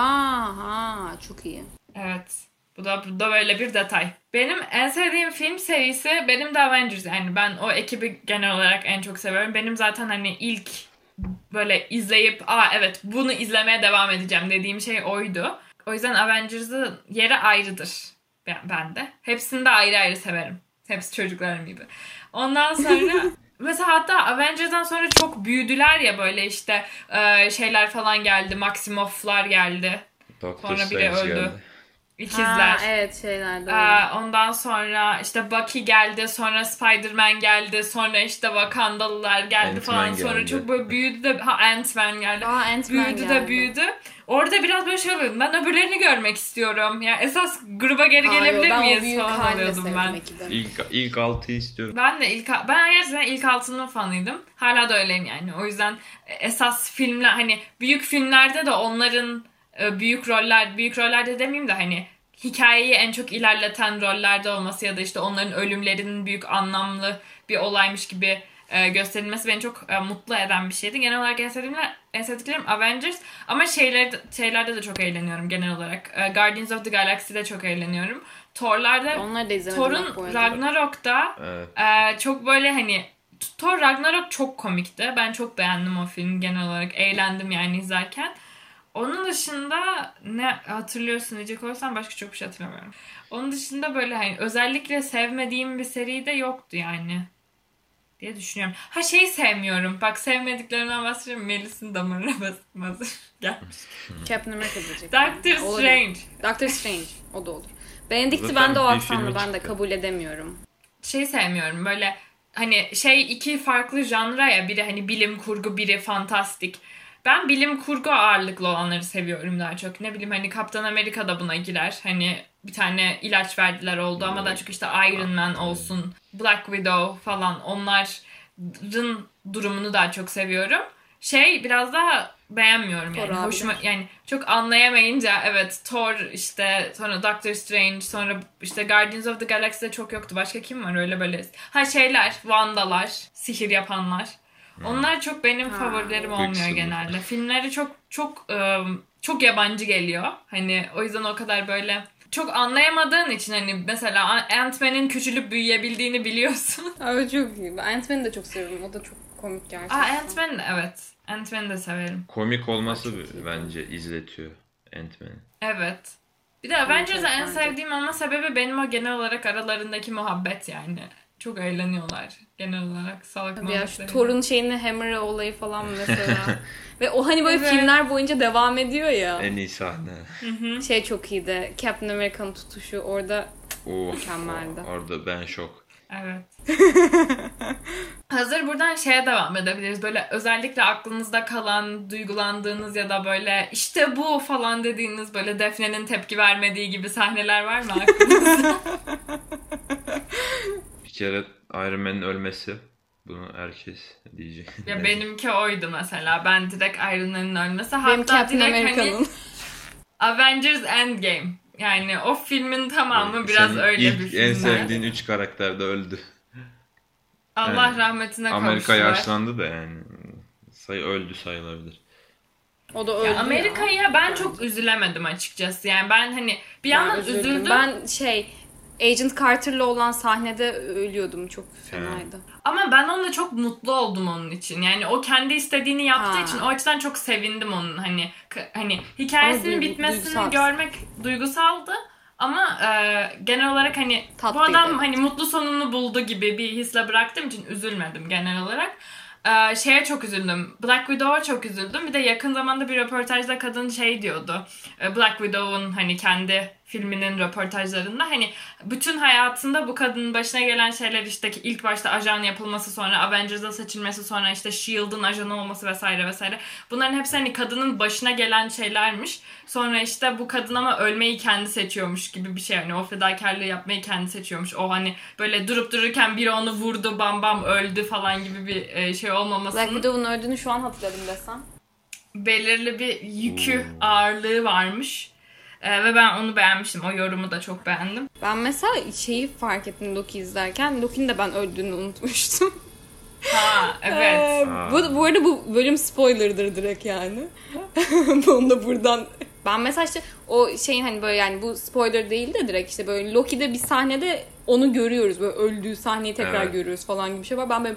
Çok iyi. Evet. Bu da böyle bir detay. Benim en sevdiğim film serisi benim de Avengers. Yani ben o ekibi genel olarak en çok seviyorum. Benim zaten hani ilk böyle izleyip evet bunu izlemeye devam edeceğim dediğim şey oydu. O yüzden Avengers'ın yeri ayrıdır bende. Hepsini de ayrı ayrı severim. Hepsi çocuklarım gibi. Ondan sonra mesela hatta Avengers'dan sonra çok büyüdüler ya böyle işte şeyler falan geldi. Maximoff'lar geldi. Sonra biri öldü. Geldi. İkizler. Evet şeylerde. Ondan sonra işte Bucky geldi. Sonra Spider-Man geldi. Sonra işte Wakandalılar geldi Ant-Man falan. Sonra geldi. çok böyle büyüdü de Ant-Man geldi. Büyüdü. Orada biraz böyle şey oluyordum. Ben öbürlerini görmek istiyorum. Yani esas gruba geri gelebilir miyiz falan oluyordum ben. İlk 6'yı istiyorum. Ben gerçekten ilk 6'nın fanıydım. Hala da öyleyim yani. O yüzden esas filmler hani büyük filmlerde de onların büyük rollerde demeyeyim de hani hikayeyi en çok ilerleten rollerde olması ya da işte onların ölümlerinin büyük anlamlı bir olaymış gibi gösterilmesi beni çok mutlu eden bir şeydi. Genel olarak en sevdiklerim Avengers ama şeylerde de çok eğleniyorum genel olarak. Guardians of the Galaxy'de çok eğleniyorum. Thor'un Ragnarok'ta çok böyle hani Thor Ragnarok çok komikti. Ben çok beğendim o filmi genel olarak. Eğlendim yani izlerken. Onun dışında ne hatırlıyorsun diyecek olursam başka çok bir şey hatırlamıyorum. Onun dışında böyle hani özellikle sevmediğim bir seri de yoktu yani diye düşünüyorum. Ha şeyi sevmiyorum. Bak sevmediklerimden bahsedeyim. Melis'in damarına basması gelmiş. Captain America diyecek. Doctor Olabilir. Strange. Doctor Strange. O da olur. Benedict'i Zaten ben de o bir aksanla filmi ben de çıktı. kabul edemiyorum. Şey sevmiyorum böyle hani şey iki farklı janra ya biri hani bilim kurgu biri fantastik. Ben bilim kurgu ağırlıklı olanları seviyorum daha çok. Ne bileyim hani Kaptan Amerika da buna girer. Hani bir tane ilaç verdiler oldu ama daha çok işte Iron Man olsun, Black Widow falan onların durumunu daha çok seviyorum. Şey biraz daha beğenmiyorum yani. Thor abi. Hoşuma yani çok anlayamayınca evet Thor işte sonra Doctor Strange sonra işte Guardians of the Galaxy'de çok yoktu. Başka kim var öyle böyle? Ha şeyler, Wanda'lar, sihir yapanlar. Onlar çok benim favorilerim olmuyor Quicksilver. genelde. Filmleri çok yabancı geliyor. Hani o yüzden o kadar böyle çok anlayamadığın için hani mesela Ant-Man'in küçülüp büyüyebildiğini biliyorsun. Abi çok iyi. Ben Ant-Man'i de çok seviyorum. O da çok komik gerçekten. Ant-Man de evet. Ant-Man'i de severim. Komik olması Çok iyi. bence izletiyor Ant-Man'i. Evet. Bir de Avengers'ı en bence. sevdiğim olma sebebi benim o genel olarak aralarındaki muhabbet yani. Çok eğleniyorlar genel olarak salak Tabii ya şu muhabbetleri. Thor'un şeyini Hammer'ı olayı falan mesela. Ve o hani böyle Evet. filmler boyunca devam ediyor ya. En iyi sahne. Şey çok iyiydi. Captain America'nın tutuşu orada Of, Mükemmeldi. orada ben şok. Evet. Hazır buradan şeye devam edebiliriz. Böyle özellikle aklınızda kalan, duygulandığınız ya da böyle işte bu falan dediğiniz böyle Defne'nin tepki vermediği gibi sahneler var mı aklınızda? Bir kere Iron Man'in ölmesi. Bunu herkes diyecek. Ya benimki oydu mesela. Ben direkt Iron Man'in ölmesi. benim Hatta Captain direkt America'nın. hani Avengers Endgame. Yani o filmin tamamı biraz Senin öyle ilk bir film. en sevdiğin 3 karakter de öldü. Allah Yani rahmetine Amerika kavuştular. yaşlandı da yani. Öldü sayılabilir. O da öldü Ya ya. Amerika'ya ben çok üzülemedim açıkçası. Yani ben hani bir Ben yandan üzüldüm. üzüldüm. Ben Agent Carter'la olan sahnede ölüyordum. Çok fenaydı. Ama ben onunla çok mutlu oldum onun için. Yani o kendi istediğini yaptığı Ha. için o açıdan çok sevindim onun hani hikayesinin Ama bitmesini duygusal. görmek duygusaldı. Ama genel olarak hani bu Tatlıydı, adam evet. hani mutlu sonunu buldu gibi bir hisle bıraktığım için üzülmedim genel olarak. Şeye çok üzüldüm. Black Widow'a çok üzüldüm. Bir de yakın zamanda bir röportajda kadın şey diyordu. Black Widow'un hani kendi filminin röportajlarında hani bütün hayatında bu kadının başına gelen şeyler işte ki ilk başta ajan yapılması sonra Avengers'a seçilmesi sonra işte S.H.I.E.L.D'ın ajanı olması vesaire vesaire. Bunların hepsi hani kadının başına gelen şeylermiş. Sonra işte bu kadın ama ölmeyi kendi seçiyormuş gibi bir şey. Hani o fedakarlığı yapmayı kendi seçiyormuş. O hani böyle durup dururken biri onu vurdu bam bam öldü falan gibi bir şey Black olmamasının Widow'un öldüğünü şu an hatırladım desem. belirli bir yükü, ağırlığı varmış. Ve ben onu beğenmiştim. O yorumu da çok beğendim. Ben mesela şeyi fark ettim Loki izlerken. Loki'nin de ben öldüğünü unutmuştum. Ha evet. Bu arada bu bölüm spoiler'dır direkt yani. Bunu da buradan... Ben mesela işte o şeyin hani böyle yani bu spoiler değil de direkt işte böyle Loki'de bir sahnede onu görüyoruz. Böyle öldüğü sahneyi tekrar Evet. görüyoruz falan gibi bir şey var. Ben böyle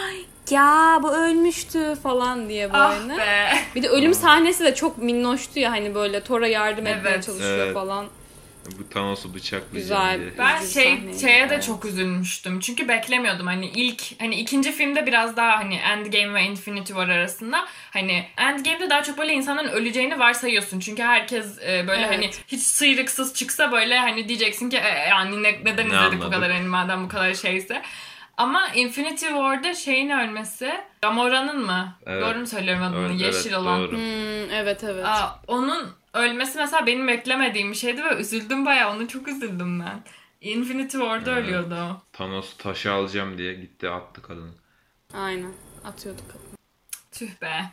ya bu ölmüştü falan diye böyle. Ah be. Bir de ölüm sahnesi de çok minnoştu ya hani böyle Thor'a yardım etmeye Evet. çalışıyor Evet. falan. Bu Thanos'u bıçaklayacağım Güzel. diye. Ben Üzücü sahneydi. şeye de Evet. çok üzülmüştüm. Çünkü beklemiyordum. Hani ikinci filmde biraz daha hani Endgame ve Infinity War arasında hani Endgame'de daha çok böyle insanların öleceğini varsayıyorsun. Çünkü herkes böyle Evet. hani hiç sıyrıksız çıksa böyle hani diyeceksin ki yani neden izledik bu anladık? kadar hani madem bu kadar şeyse. Ama Infinity War'da şeyin ölmesi, Gamora'nın mı? Evet. Doğru mu söylüyorum adını? Evet, Yeşil olan. doğru. Evet. Onun ölmesi mesela benim beklemediğim bir şeydi ve üzüldüm bayağı. Onu çok üzüldüm ben. Infinity War'da ölüyordu o. Thanos taşı alacağım diye gitti attı kadını. Aynen. Atıyorduk. Tüh be.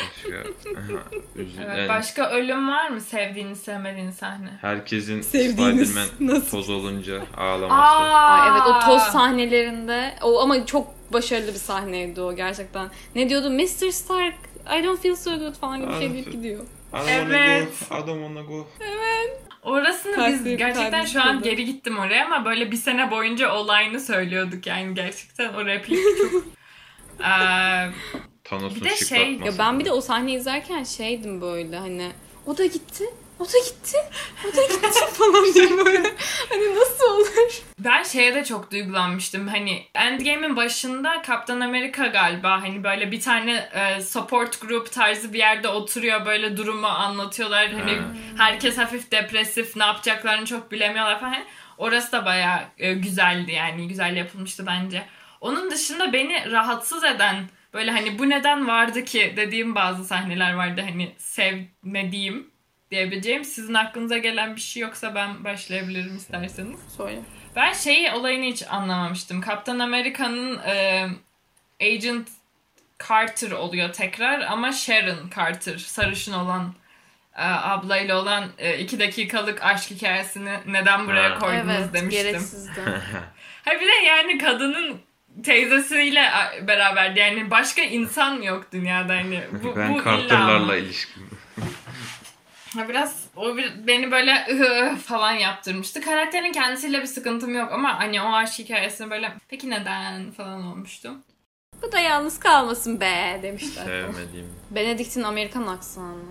Üzül. Evet, Yani başka ölüm var mı sevdiğin sevmediğin sahne? herkesin Sevdiğiniz Spider-Man nasıl? toz olunca ağlaması. Ay, evet o toz sahnelerinde o ama çok başarılı bir sahneydi o gerçekten. Ne diyordu? Mr. Stark I don't feel so good falan gibi bir şey deyip gidiyor. I don't wanna Evet. go. I don't wanna go. Orasını biz Kalp gerçekten kalbi şu an kırdı. geri gittim oraya ama böyle bir sene boyunca olayını söylüyorduk yani gerçekten o replik çok... Thanos'un Bir de şıklatması. şey, Ya ben bir de o sahneyi izlerken şeydim böyle hani o da gitti. O da gitti. O da gitti falan diye böyle. Hani nasıl olur? Ben şeye de çok duygulanmıştım. Hani Endgame'in başında Kaptan Amerika galiba hani böyle bir tane support group tarzı bir yerde oturuyor. Böyle durumu anlatıyorlar. Hani herkes hafif depresif, ne yapacaklarını çok bilemiyorlar falan. Hani orası da bayağı güzeldi yani. Güzel yapılmıştı bence. Onun dışında beni rahatsız eden böyle hani bu neden vardı ki dediğim bazı sahneler vardı. Hani sevmediğim diyebileceğim. Sizin aklınıza gelen bir şey yoksa ben başlayabilirim isterseniz. Söyle. Ben olayını hiç anlamamıştım. Kaptan Amerika'nın Agent Carter oluyor tekrar ama Sharon Carter, sarışın olan ablayla olan 2 dakikalık aşk hikayesini neden buraya koydunuz Evet, demiştim. gereksizdi. Ha bir de yani kadının teyzesiyle beraberdi. Yani başka insan yok dünyada. Yani Ben bu Carter'larla ilişkim. Beni böyle falan yaptırmıştı. Karakterin kendisiyle bir sıkıntım yok ama hani o aşk hikayesine böyle peki neden falan olmuştum. Bu da yalnız kalmasın be demişler. Sevmediğim. Benedict'in Amerikan aksanı.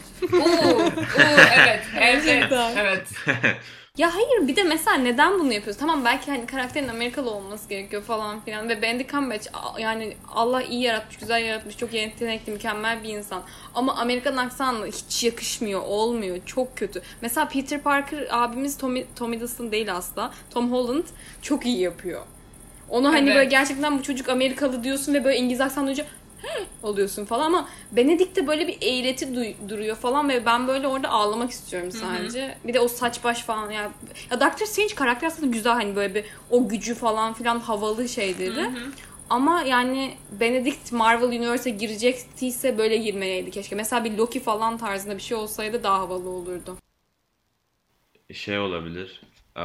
Evet. Ya hayır bir de mesela neden bunu yapıyoruz? Tamam belki hani karakterin Amerikalı olması gerekiyor falan filan ve Benedict Cumberbatch yani Allah iyi yaratmış, güzel yaratmış, çok yetenekli, mükemmel bir insan. Ama Amerikan aksanı hiç yakışmıyor, olmuyor. Çok kötü. Mesela Peter Parker abimiz Tom Hiddleston değil asla. Tom Holland çok iyi yapıyor. Onu hani böyle gerçekten bu çocuk Amerikalı diyorsun ve böyle İngiliz aksanı duyunca oluyorsun falan ama Benedict'te böyle bir eğreti duruyor falan ve ben böyle orada ağlamak istiyorum sadece. Hı-hı. Bir de o saç baş falan ya Doctor Strange karakter aslında güzel hani böyle bir o gücü falan filan havalı şeyleri. Hı-hı. Ama yani Benedict Marvel Universe'e girecektiyse böyle girmeliydi keşke. Mesela bir Loki falan tarzında bir şey olsaydı daha havalı olurdu. Şey olabilir.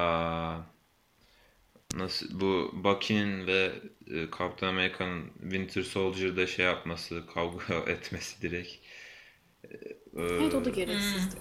Nasıl bu Bucky'nin ve Captain America'nın Winter Soldier'da şey yapması, kavga etmesi direkt. Evet o da gereksizdi.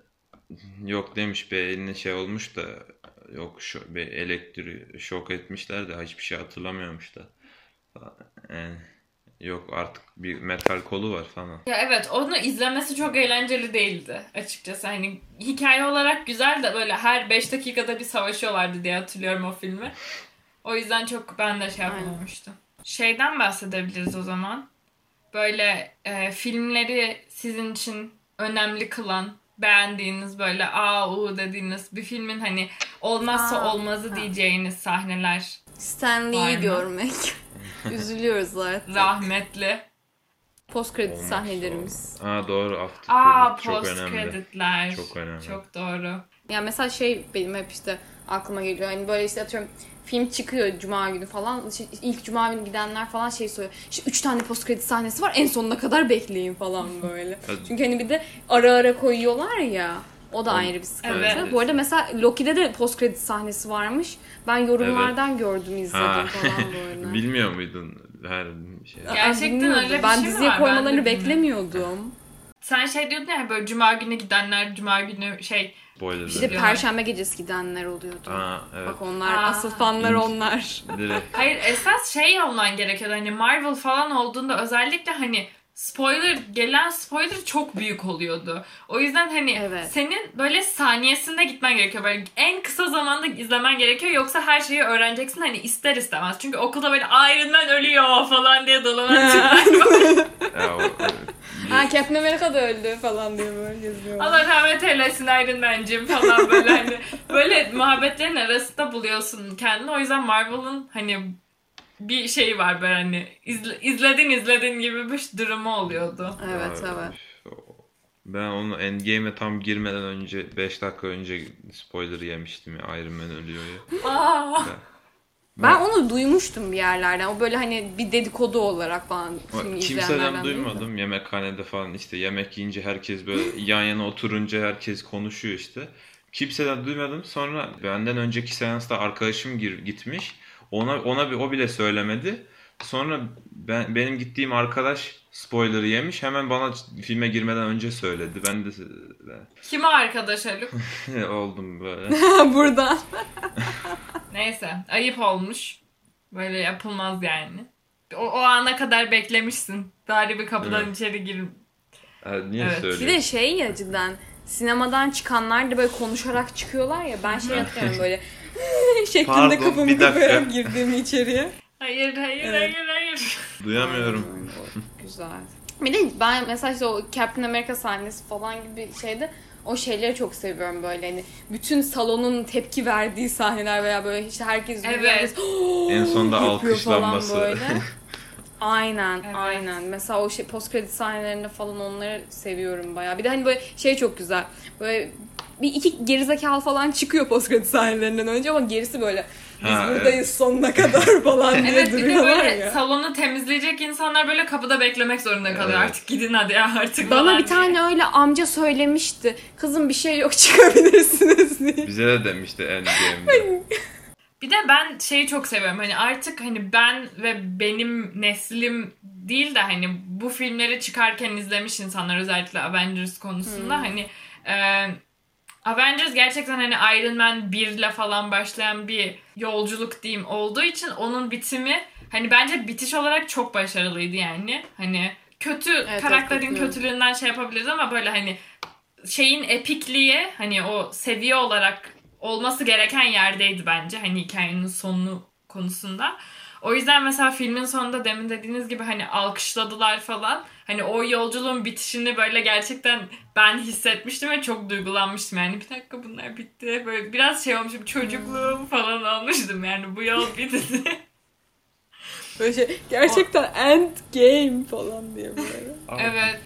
Yok demiş bir eline şey olmuş da yok bir elektriği şok etmişler de hiçbir şey hatırlamıyormuş da. Yani, yok artık bir metal kolu var falan. Ya evet onu izlemesi çok eğlenceli değildi açıkçası. Hani hikaye olarak güzel de böyle her 5 dakikada bir savaşıyorlardı diye hatırlıyorum o filmi. O yüzden çok ben de şey yapamamıştım. Şeyden bahsedebiliriz o zaman. Böyle filmleri sizin için önemli kılan, beğendiğiniz böyle dediğiniz bir filmin hani olmazsa olmazı diyeceğiniz sahneler. Stan Lee'yi görmek. Üzülüyoruz artık. Rahmetli. Post kredi sahnelerimiz. Doğru. After post creditler. Çok önemli. Çok doğru. Ya mesela benim hep işte aklıma geliyor. Hani böyle işte atıyorum film çıkıyor cuma günü falan. İşte ilk cuma günü gidenler falan soruyor. İşte 3 tane post kredi sahnesi var. En sonuna kadar bekleyin falan böyle. Çünkü hani bir de ara ara koyuyorlar ya. O da ayrı bir sıkıntı. Evet. Bu arada mesela Loki'de de post kredi sahnesi varmış. Ben yorumlardan gördüm, izledim falan böyle. Bilmiyor muydun her şey? Gerçekten öyle bir şey ben diziye koymalarını beklemiyordum. Sen diyordun ya böyle cuma günü gidenler cuma günü bir de perşembe gecesi gidenler oluyordu. Evet. Bak onlar asıl fanlar onlar. Hayır esas olman gerekiyordu. Hani Marvel falan olduğunda özellikle hani gelen spoiler çok büyük oluyordu. O yüzden hani senin böyle saniyesinde gitmen gerekiyor. Böyle en kısa zamanda izlemen gerekiyor. Yoksa her şeyi öğreneceksin hani ister istemez. Çünkü okulda böyle Iron Man ölüyor falan diye dolanan tipler var. Captain America da öldü falan diye böyle yazıyor. Allah rahmet eylesin Iron Man'cim falan böyle hani böyle muhabbetlerin arasında buluyorsun kendini. O yüzden Marvel'ın hani bir şey var böyle hani izledin gibi bir durumu oluyordu. Evet. Ben onu Endgame'e tam girmeden önce 5 dakika önce spoiler yemiştim ya Iron Man ölüyor ya. Ben onu duymuştum bir yerlerden. O böyle hani bir dedikodu olarak falan film kimseden duymadım. Yemekhanede falan işte yemek yiyince herkes böyle yan yana oturunca herkes konuşuyor işte. Kimseden duymadım. Sonra benden önceki seansta arkadaşım gitmiş. O bile söylemedi. Sonra benim gittiğim arkadaş spoiler'ı yemiş. Hemen bana filme girmeden önce söyledi. Ben de kime arkadaş Haluk? Oldum böyle. Buradan. Neyse ayıp olmuş. Böyle yapılmaz yani. O ana kadar beklemişsin. Bari bir kapıdan içeri girin. Niye Evet. söylüyorsun? Bir de şey ya cidden sinemadan çıkanlar da böyle konuşarak çıkıyorlar ya. Ben şey yapıyorum böyle şeklinde Pardon, kafamı bir dakika. koyarak girdiğim içeriye. Hayır hayır Evet. hayır hayır. Duyamıyorum. Aynen öyle. O güzel. Bir de ben mesela işte o Captain America sahnesi falan gibi şeyde o şeyleri çok seviyorum böyle hani bütün salonun tepki verdiği sahneler veya böyle işte herkes Evet. En sonunda yapıyor falan alkışlanması. böyle. Aynen, Evet. aynen. Mesela o şey post kredi sahnelerinde falan onları seviyorum bayağı. Bir de hani böyle şey çok güzel. Böyle bir iki gerizekalı falan çıkıyor post kredi sahnelerinden önce ama gerisi böyle biz Ha, buradayız sonuna kadar falan diye Evet bir de duruyorlar böyle ya. salonu temizleyecek insanlar böyle kapıda beklemek zorunda kalıyor. Evet. Artık gidin hadi ya artık Bana falan bir diye. tane öyle amca söylemişti. Kızım bir şey yok çıkabilirsiniz diye. Bize de demişti Endgame'de. Bir de ben şeyi çok seviyorum. Hani artık hani ben ve benim neslim değil de hani bu filmleri çıkarken izlemiş insanlar özellikle Avengers konusunda hani Avengers gerçekten hani Iron Man 1 ile falan başlayan bir yolculuk diyeyim olduğu için onun bitimi hani bence bitiş olarak çok başarılıydı yani. Hani kötü Evet, karakterin katılıyorum. kötülüğünden şey yapabiliriz ama böyle hani şeyin epikliği hani o seviye olarak olması gereken yerdeydi bence hani hikayenin sonu konusunda. O yüzden mesela filmin sonunda demin dediğiniz gibi hani alkışladılar falan. Hani o yolculuğun bitişini böyle gerçekten ben hissetmiştim ve çok duygulanmıştım. Yani bir dakika bunlar bitti. Böyle biraz şey olmuşum çocukluğum falan olmuştum yani bu yol bitti. Böyle şey gerçekten end game falan diye böyle. Evet.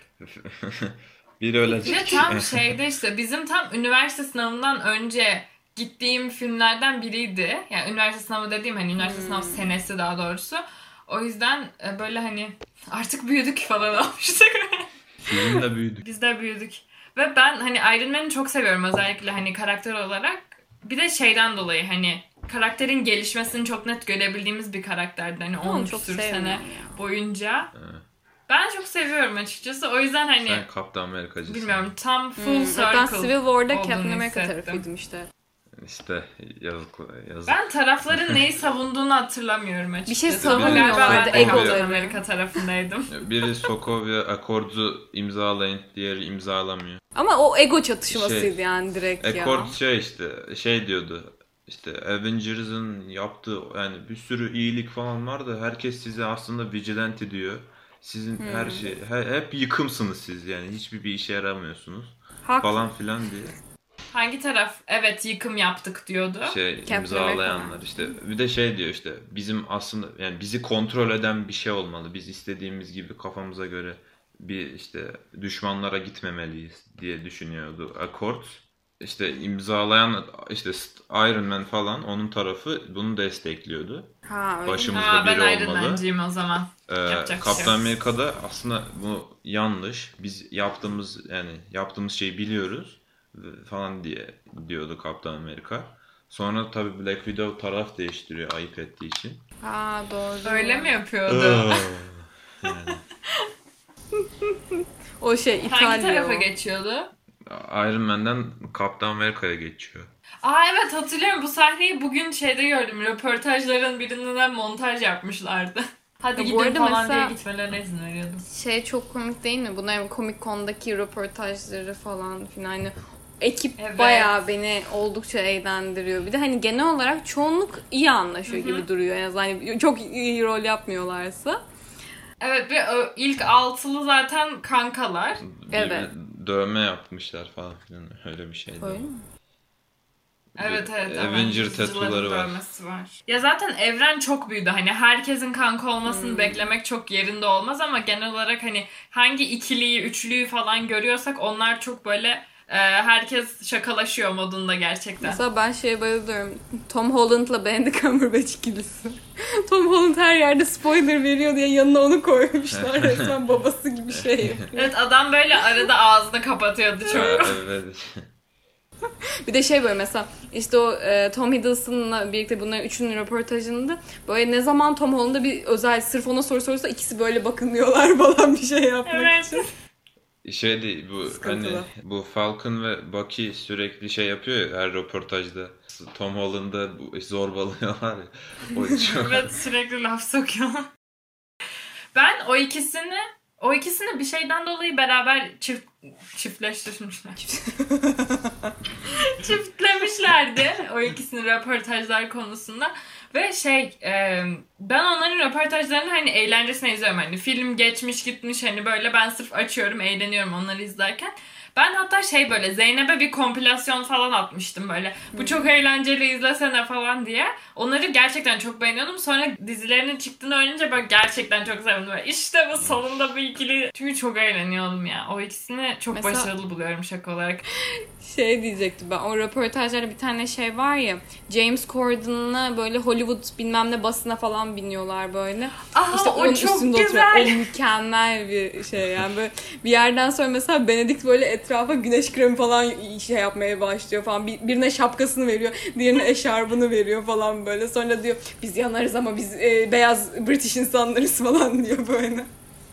Bir öyle Bir de tam şeyde işte bizim tam üniversite sınavından önce gittiğim filmlerden biriydi. Yani üniversite sınavı dediğim hani üniversite sınav senesi daha doğrusu. O yüzden böyle hani artık büyüdük falan olmuştuk. Sizinle büyüdük. Biz de büyüdük. Ve ben hani Iron Man'i çok seviyorum özellikle hani karakter olarak. Bir de şeyden dolayı hani karakterin gelişmesini çok net görebildiğimiz bir karakterdi. Hani Onu 10 çok küsür sevmiyorum sene ya. boyunca. Evet. Ben çok seviyorum açıkçası. O yüzden hani Sen Kaptan Amerikacısın. bilmiyorum tam full circle Ben Civil War'da olduğunu Captain America hissettim. tarafıydım işte. İşte yazık. Ben tarafların neyi savunduğunu hatırlamıyorum açıkçası. Bir şey Ama savunmuyorlardı, galiba ben de egoları. Captain America tarafındaydım. Biri Sokovia Accord'u imzalayın, diğeri imzalamıyor. Ama o ego çatışmasıydı yani direkt ya. Accord şey diyordu. İşte Avengers'ın yaptığı yani bir sürü iyilik falan var da herkes size aslında vigilante diyor. Sizin her şey hep yıkımsınız siz yani hiçbir işe yaramıyorsunuz Haklı. falan filan diye. Hangi taraf evet yıkım yaptık diyordu. Captain İmzalayanlar America. işte bir de şey diyor işte bizim aslında yani bizi kontrol eden bir şey olmalı. Biz istediğimiz gibi kafamıza göre bir işte düşmanlara gitmemeliyiz diye düşünüyordu Accord. İşte imzalayan işte Iron Man falan onun tarafı bunu destekliyordu. Ha öyle mi? Başımızda Ben biri Iron olmalı. Man'ciyim o zaman. Yapacak bir şey Kaptan yok. Amerika'da aslında bu yanlış. Biz yaptığımız şeyi biliyoruz falan diye diyordu Kaptan Amerika. Sonra tabii Black Widow taraf değiştiriyor ayıp ettiği için. Ha doğru. Öyle mi yapıyordu? Yani O şey Hangi İtalya tarafa o. geçiyordu? Iron Man'den Kaptan Amerika'ya geçiyor. Aa evet hatırlıyorum bu sahneyi bugün şeyde gördüm. Röportajların birinden montaj yapmışlardı. Hadi Ya bu gidin arada falan mesela- diye gitmelerine izin veriyordum. Şey çok komik değil mi? Bunların Comic Con'daki röportajları falan filan. Hani ekip Evet. bayağı beni oldukça eğlendiriyor. Bir de hani genel olarak çoğunluk iyi anlaşıyor gibi duruyor. En azından hani çok iyi rol yapmıyorlarsa. Evet ve ilk altılı zaten kankalar. Evet. Dövme yapmışlar falan filan öyle bir şeydi. Öyle mi? Evet evet. Avenger Avengers'cıların tatuları var. dövmesi var. Ya zaten evren çok büyüdü. Hani herkesin kanka olmasını beklemek çok yerinde olmaz ama genel olarak hani hangi ikiliyi, üçlüyü falan görüyorsak onlar çok böyle herkes şakalaşıyor modunda gerçekten. Mesela ben şeye bayılıyorum. Tom Holland'la Benedict Cumberbatch ikilisi. Tom Holland her yerde spoiler veriyor diye yanına onu koymuşlar. Resmen babası gibi şey yapıyor. Evet adam böyle arada ağzını kapatıyordu çok. Evet. Bir de şey böyle mesela işte o Tom Hiddleston'la birlikte bunların üçünün röportajında böyle ne zaman Tom Holland'a bir özel sırf ona soru sorsa ikisi böyle bakınıyorlar falan bir şey yapmak Evet. için. Şeydi bu Sıkıntılı. hani bu Falcon ve Bucky sürekli şey yapıyor ya her röportajda. Tom Holland'ı zorbalıyorlar ya. O çok Evet sürekli laf sokuyor. Ben o ikisini O ikisini bir şeyden dolayı beraber çiftleştirmişler. Çiftlemişlerdi o ikisini röportajlar konusunda. Ve ben onların röportajlarını hani eğlencesine izliyorum. Hani film geçmiş gitmiş hani böyle ben sırf açıyorum eğleniyorum onları izlerken. Ben hatta böyle Zeynep'e bir kompilasyon falan atmıştım böyle. Bu çok eğlenceli izlesene falan diye. Onları gerçekten çok beğeniyordum. Sonra dizilerinin çıktığını öğrenince böyle gerçekten çok sevindim. Böyle İşte bu sonunda bu ikili. Çünkü çok eğleniyordum ya. O ikisini çok başarılı buluyorum şaka olarak. Diyecektim ben. O röportajlarda bir tane var ya. James Corden'la böyle Hollywood bilmem ne basına falan biniyorlar böyle. İşte o onun çok üstünde güzel. oturuyor. O mükemmel bir yani böyle bir yerden sonra mesela Benedict böyle etrafa güneş kremi falan yapmaya başlıyor falan. Birine şapkasını veriyor. Diğerine eşarbını veriyor falan böyle. Sonra diyor biz yanarız ama biz beyaz British insanlarız falan diyor böyle.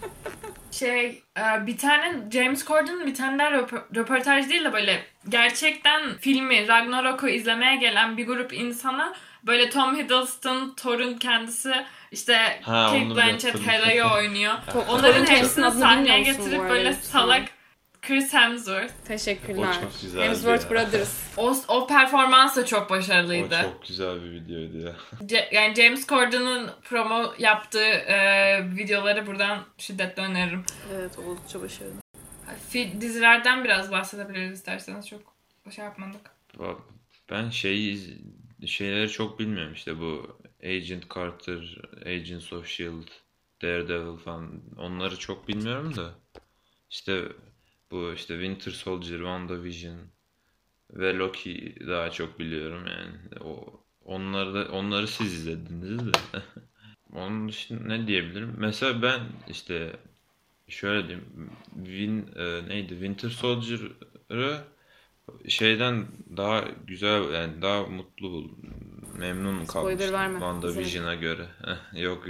Bir tane James Corden'ın bir tane daha röportaj değil de böyle gerçekten filmi Ragnarok'u izlemeye gelen bir grup insana böyle Tom Hiddleston, Thor'un kendisi işte Cate Blanchett, Hela'yı oynuyor. Onların hepsini sahneye getirip böyle salak Chris Hemsworth. Teşekkürler. O çok güzeldi Hemsworth ya. Brothers. O performans da çok başarılıydı. O çok güzel bir videoydu ya. Yani James Corden'ın promo yaptığı videoları buradan şiddetle öneririm. Evet, oldukça başarılı. Dizilerden biraz bahsedebiliriz isterseniz. Çok yapmadık. Ben şeyleri çok bilmiyorum işte bu Agent Carter, Agents of S.H.I.E.L.D., Daredevil falan onları çok bilmiyorum da işte bu işte Winter Soldier, WandaVision ve Loki daha çok biliyorum yani. Onları siz izlediniz de. Onun dışında ne diyebilirim? Mesela ben işte şöyle diyeyim. Winter Soldier'ı şeyden daha güzel yani daha memnun kalmıştım WandaVision'a göre. Yok.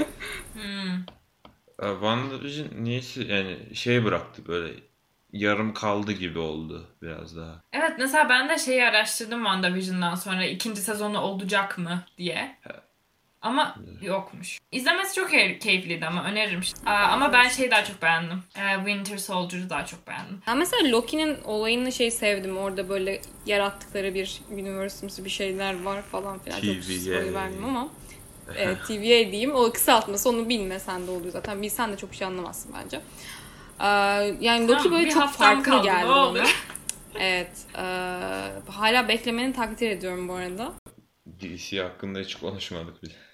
WandaVision niyeyse yani bıraktı böyle yarım kaldı gibi oldu biraz daha. Evet mesela ben de araştırdım WandaVision'dan sonra ikinci sezonu olacak mı diye. Ama yokmuş. İzlemesi çok keyifliydi ama öneririm. Ama ben daha çok beğendim. Winter Soldier'ı daha çok beğendim. Ben mesela Loki'nin olayını sevdim. Orada böyle yarattıkları bir universe'ımsı bir şeyler var falan filan. Çok spoiler vermem ama. Evet, TVA diyeyim. O kısaltması onu bilmesen de oluyor zaten. Bilsen de çok bir şey anlamazsın bence. Yani Loki böyle çok farklı geldi bana. Evet. Hala beklemeni takdir ediyorum bu arada. DC hakkında hiç konuşmadık bile.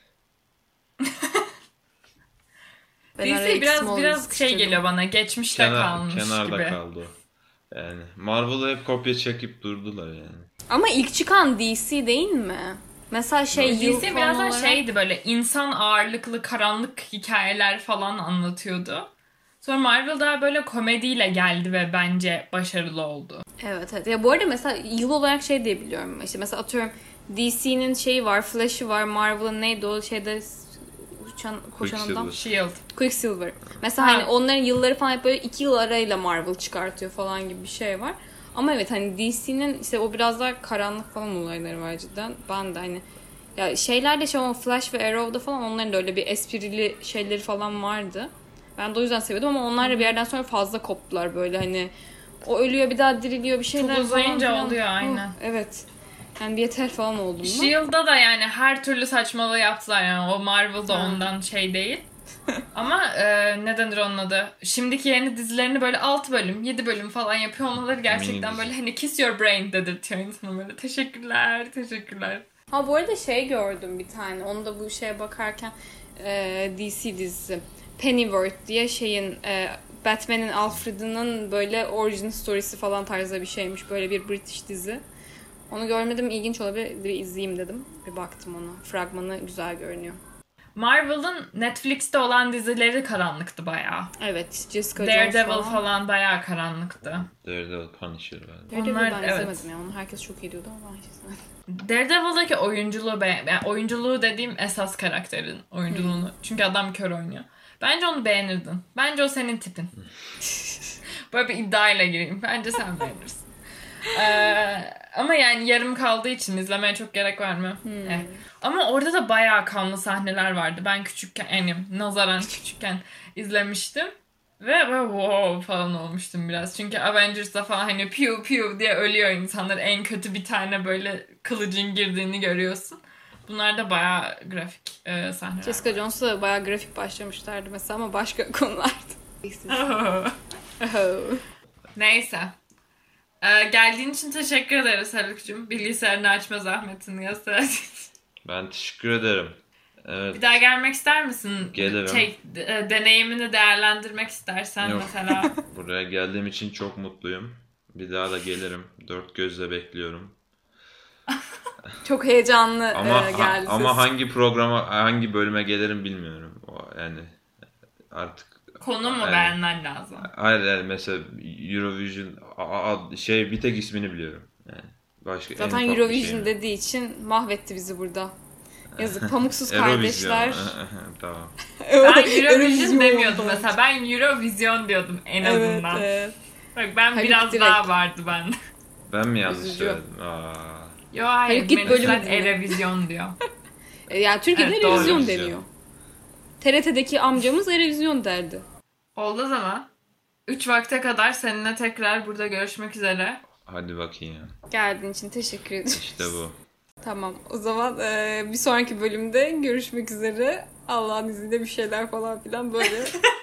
DC biraz geliyor bana. Geçmişte kalmış kenarda gibi. Kaldı o. Yani Marvel'ı hep kopya çekip durdular yani. Ama ilk çıkan DC değil mi? Mesela DC biraz daha böyle insan ağırlıklı karanlık hikayeler falan anlatıyordu. Sonra Marvel daha böyle komediyle geldi ve bence başarılı oldu. Evet. Ya bu arada mesela yıl olarak diye biliyorum. İşte mesela atıyorum DC'nin var, Flash'ı var, Marvel'ın neydi o koşan adam? Quicksilver. Mesela hani onların yılları falan hep böyle 2 yıl arayla Marvel çıkartıyor falan gibi bir şey var. Ama evet hani DC'nin o biraz daha karanlık falan olayları var cidden. Ben de hani ya şeylerde ama Flash ve Arrow'da falan onların da öyle bir esprili şeyleri falan vardı. Ben de o yüzden seviyordum ama onlar da bir yerden sonra fazla koptular böyle hani o ölüyor bir daha diriliyor bir şeyler çok uzayınca oluyor aynen. Evet. Yani bir yeter falan oldu mu? S.H.I.E.L.D'da da yani her türlü saçmalığı yaptılar yani o Marvel'da ondan değil. Ama ne denir onun adı? Şimdiki yeni dizilerini böyle 6 bölüm, 7 bölüm falan yapıyor. Onları gerçekten böyle hani kiss your brain dedirtiyor insana böyle. Teşekkürler. Bu arada gördüm bir tane. Onu da bu bakarken DC dizisi. Pennyworth diye Batman'in Alfred'ının böyle origin story'si falan tarzda bir şeymiş. Böyle bir British dizi. Onu görmedim. İlginç olabilir. Bir izleyeyim dedim. Bir baktım ona. Fragmanı güzel görünüyor. Marvel'ın Netflix'te olan dizileri karanlıktı bayağı. Evet. Jessica Daredevil falan bayağı karanlıktı. Daredevil Punisher galiba. Daredevil ben izlemedim ya. Onu herkes çok iyi diyordu ama ben hiç izlemedim. Daredevil'daki oyunculuğu dediğim esas karakterin oyunculuğunu. Çünkü adam kör oynuyor. Bence onu beğenirdin. Bence o senin tipin. Böyle bir iddiayla gireyim. Bence sen beğenirsin. Ama yani yarım kaldığı için izlemeye çok gerek var mı? Evet. Ama orada da bayağı kanlı sahneler vardı. Ben küçükken nazaran küçükken izlemiştim. Ve böyle wow falan olmuştum biraz. Çünkü Avengers'da falan hani piu piu diye ölüyor insanlar. En kötü bir tane böyle kılıcın girdiğini görüyorsun. Bunlar da bayağı grafik sahneler. Jessica Jones'da da bayağı grafik başlamışlardı mesela ama başka konularda. Neyse. Geldiğin için teşekkür ederiz Haluk'cum. Bilgisayarını açma zahmetini gösterdiğin için. Ben teşekkür ederim. Evet. Bir daha gelmek ister misin? Gelirim. Deneyimini değerlendirmek istersen Yok. mesela. Buraya geldiğim için çok mutluyum. Bir daha da gelirim. Dört gözle bekliyorum. Çok heyecanlı geldi ama ses. hangi programa, hangi bölüme gelirim bilmiyorum. Yani artık Konu mu yani, beğenmen lazım? hayır yani mesela Eurovision bir tek ismini biliyorum. Yani başka Zaten en ufak bir Eurovision şeyim yok. dediği için mahvetti bizi burada. Yazık pamuksuz Eurovision. kardeşler. Tamam. Ben Eurovision oldu. demiyordum mesela. Ben Eurovizyon diyordum en azından. Evet. Bak ben Haluk biraz direkt. daha vardı bende. Ben mi yanlış Üzücü. söyledim? Yo hayır. Haluk git Melisler bölümü dinle. Erevizyon diyor. Yani Türkiye'de Evet, doğru. Erevizyon Erevizyon. deniyor. TRT'deki amcamız Erevizyon derdi. Oldu o zaman. 3 vakte kadar seninle tekrar burada görüşmek üzere. Hadi bakayım ya. Geldiğin için teşekkür ederim. İşte bu. Tamam. O zaman bir sonraki bölümde görüşmek üzere. Allah'ın izniyle bir şeyler falan filan böyle.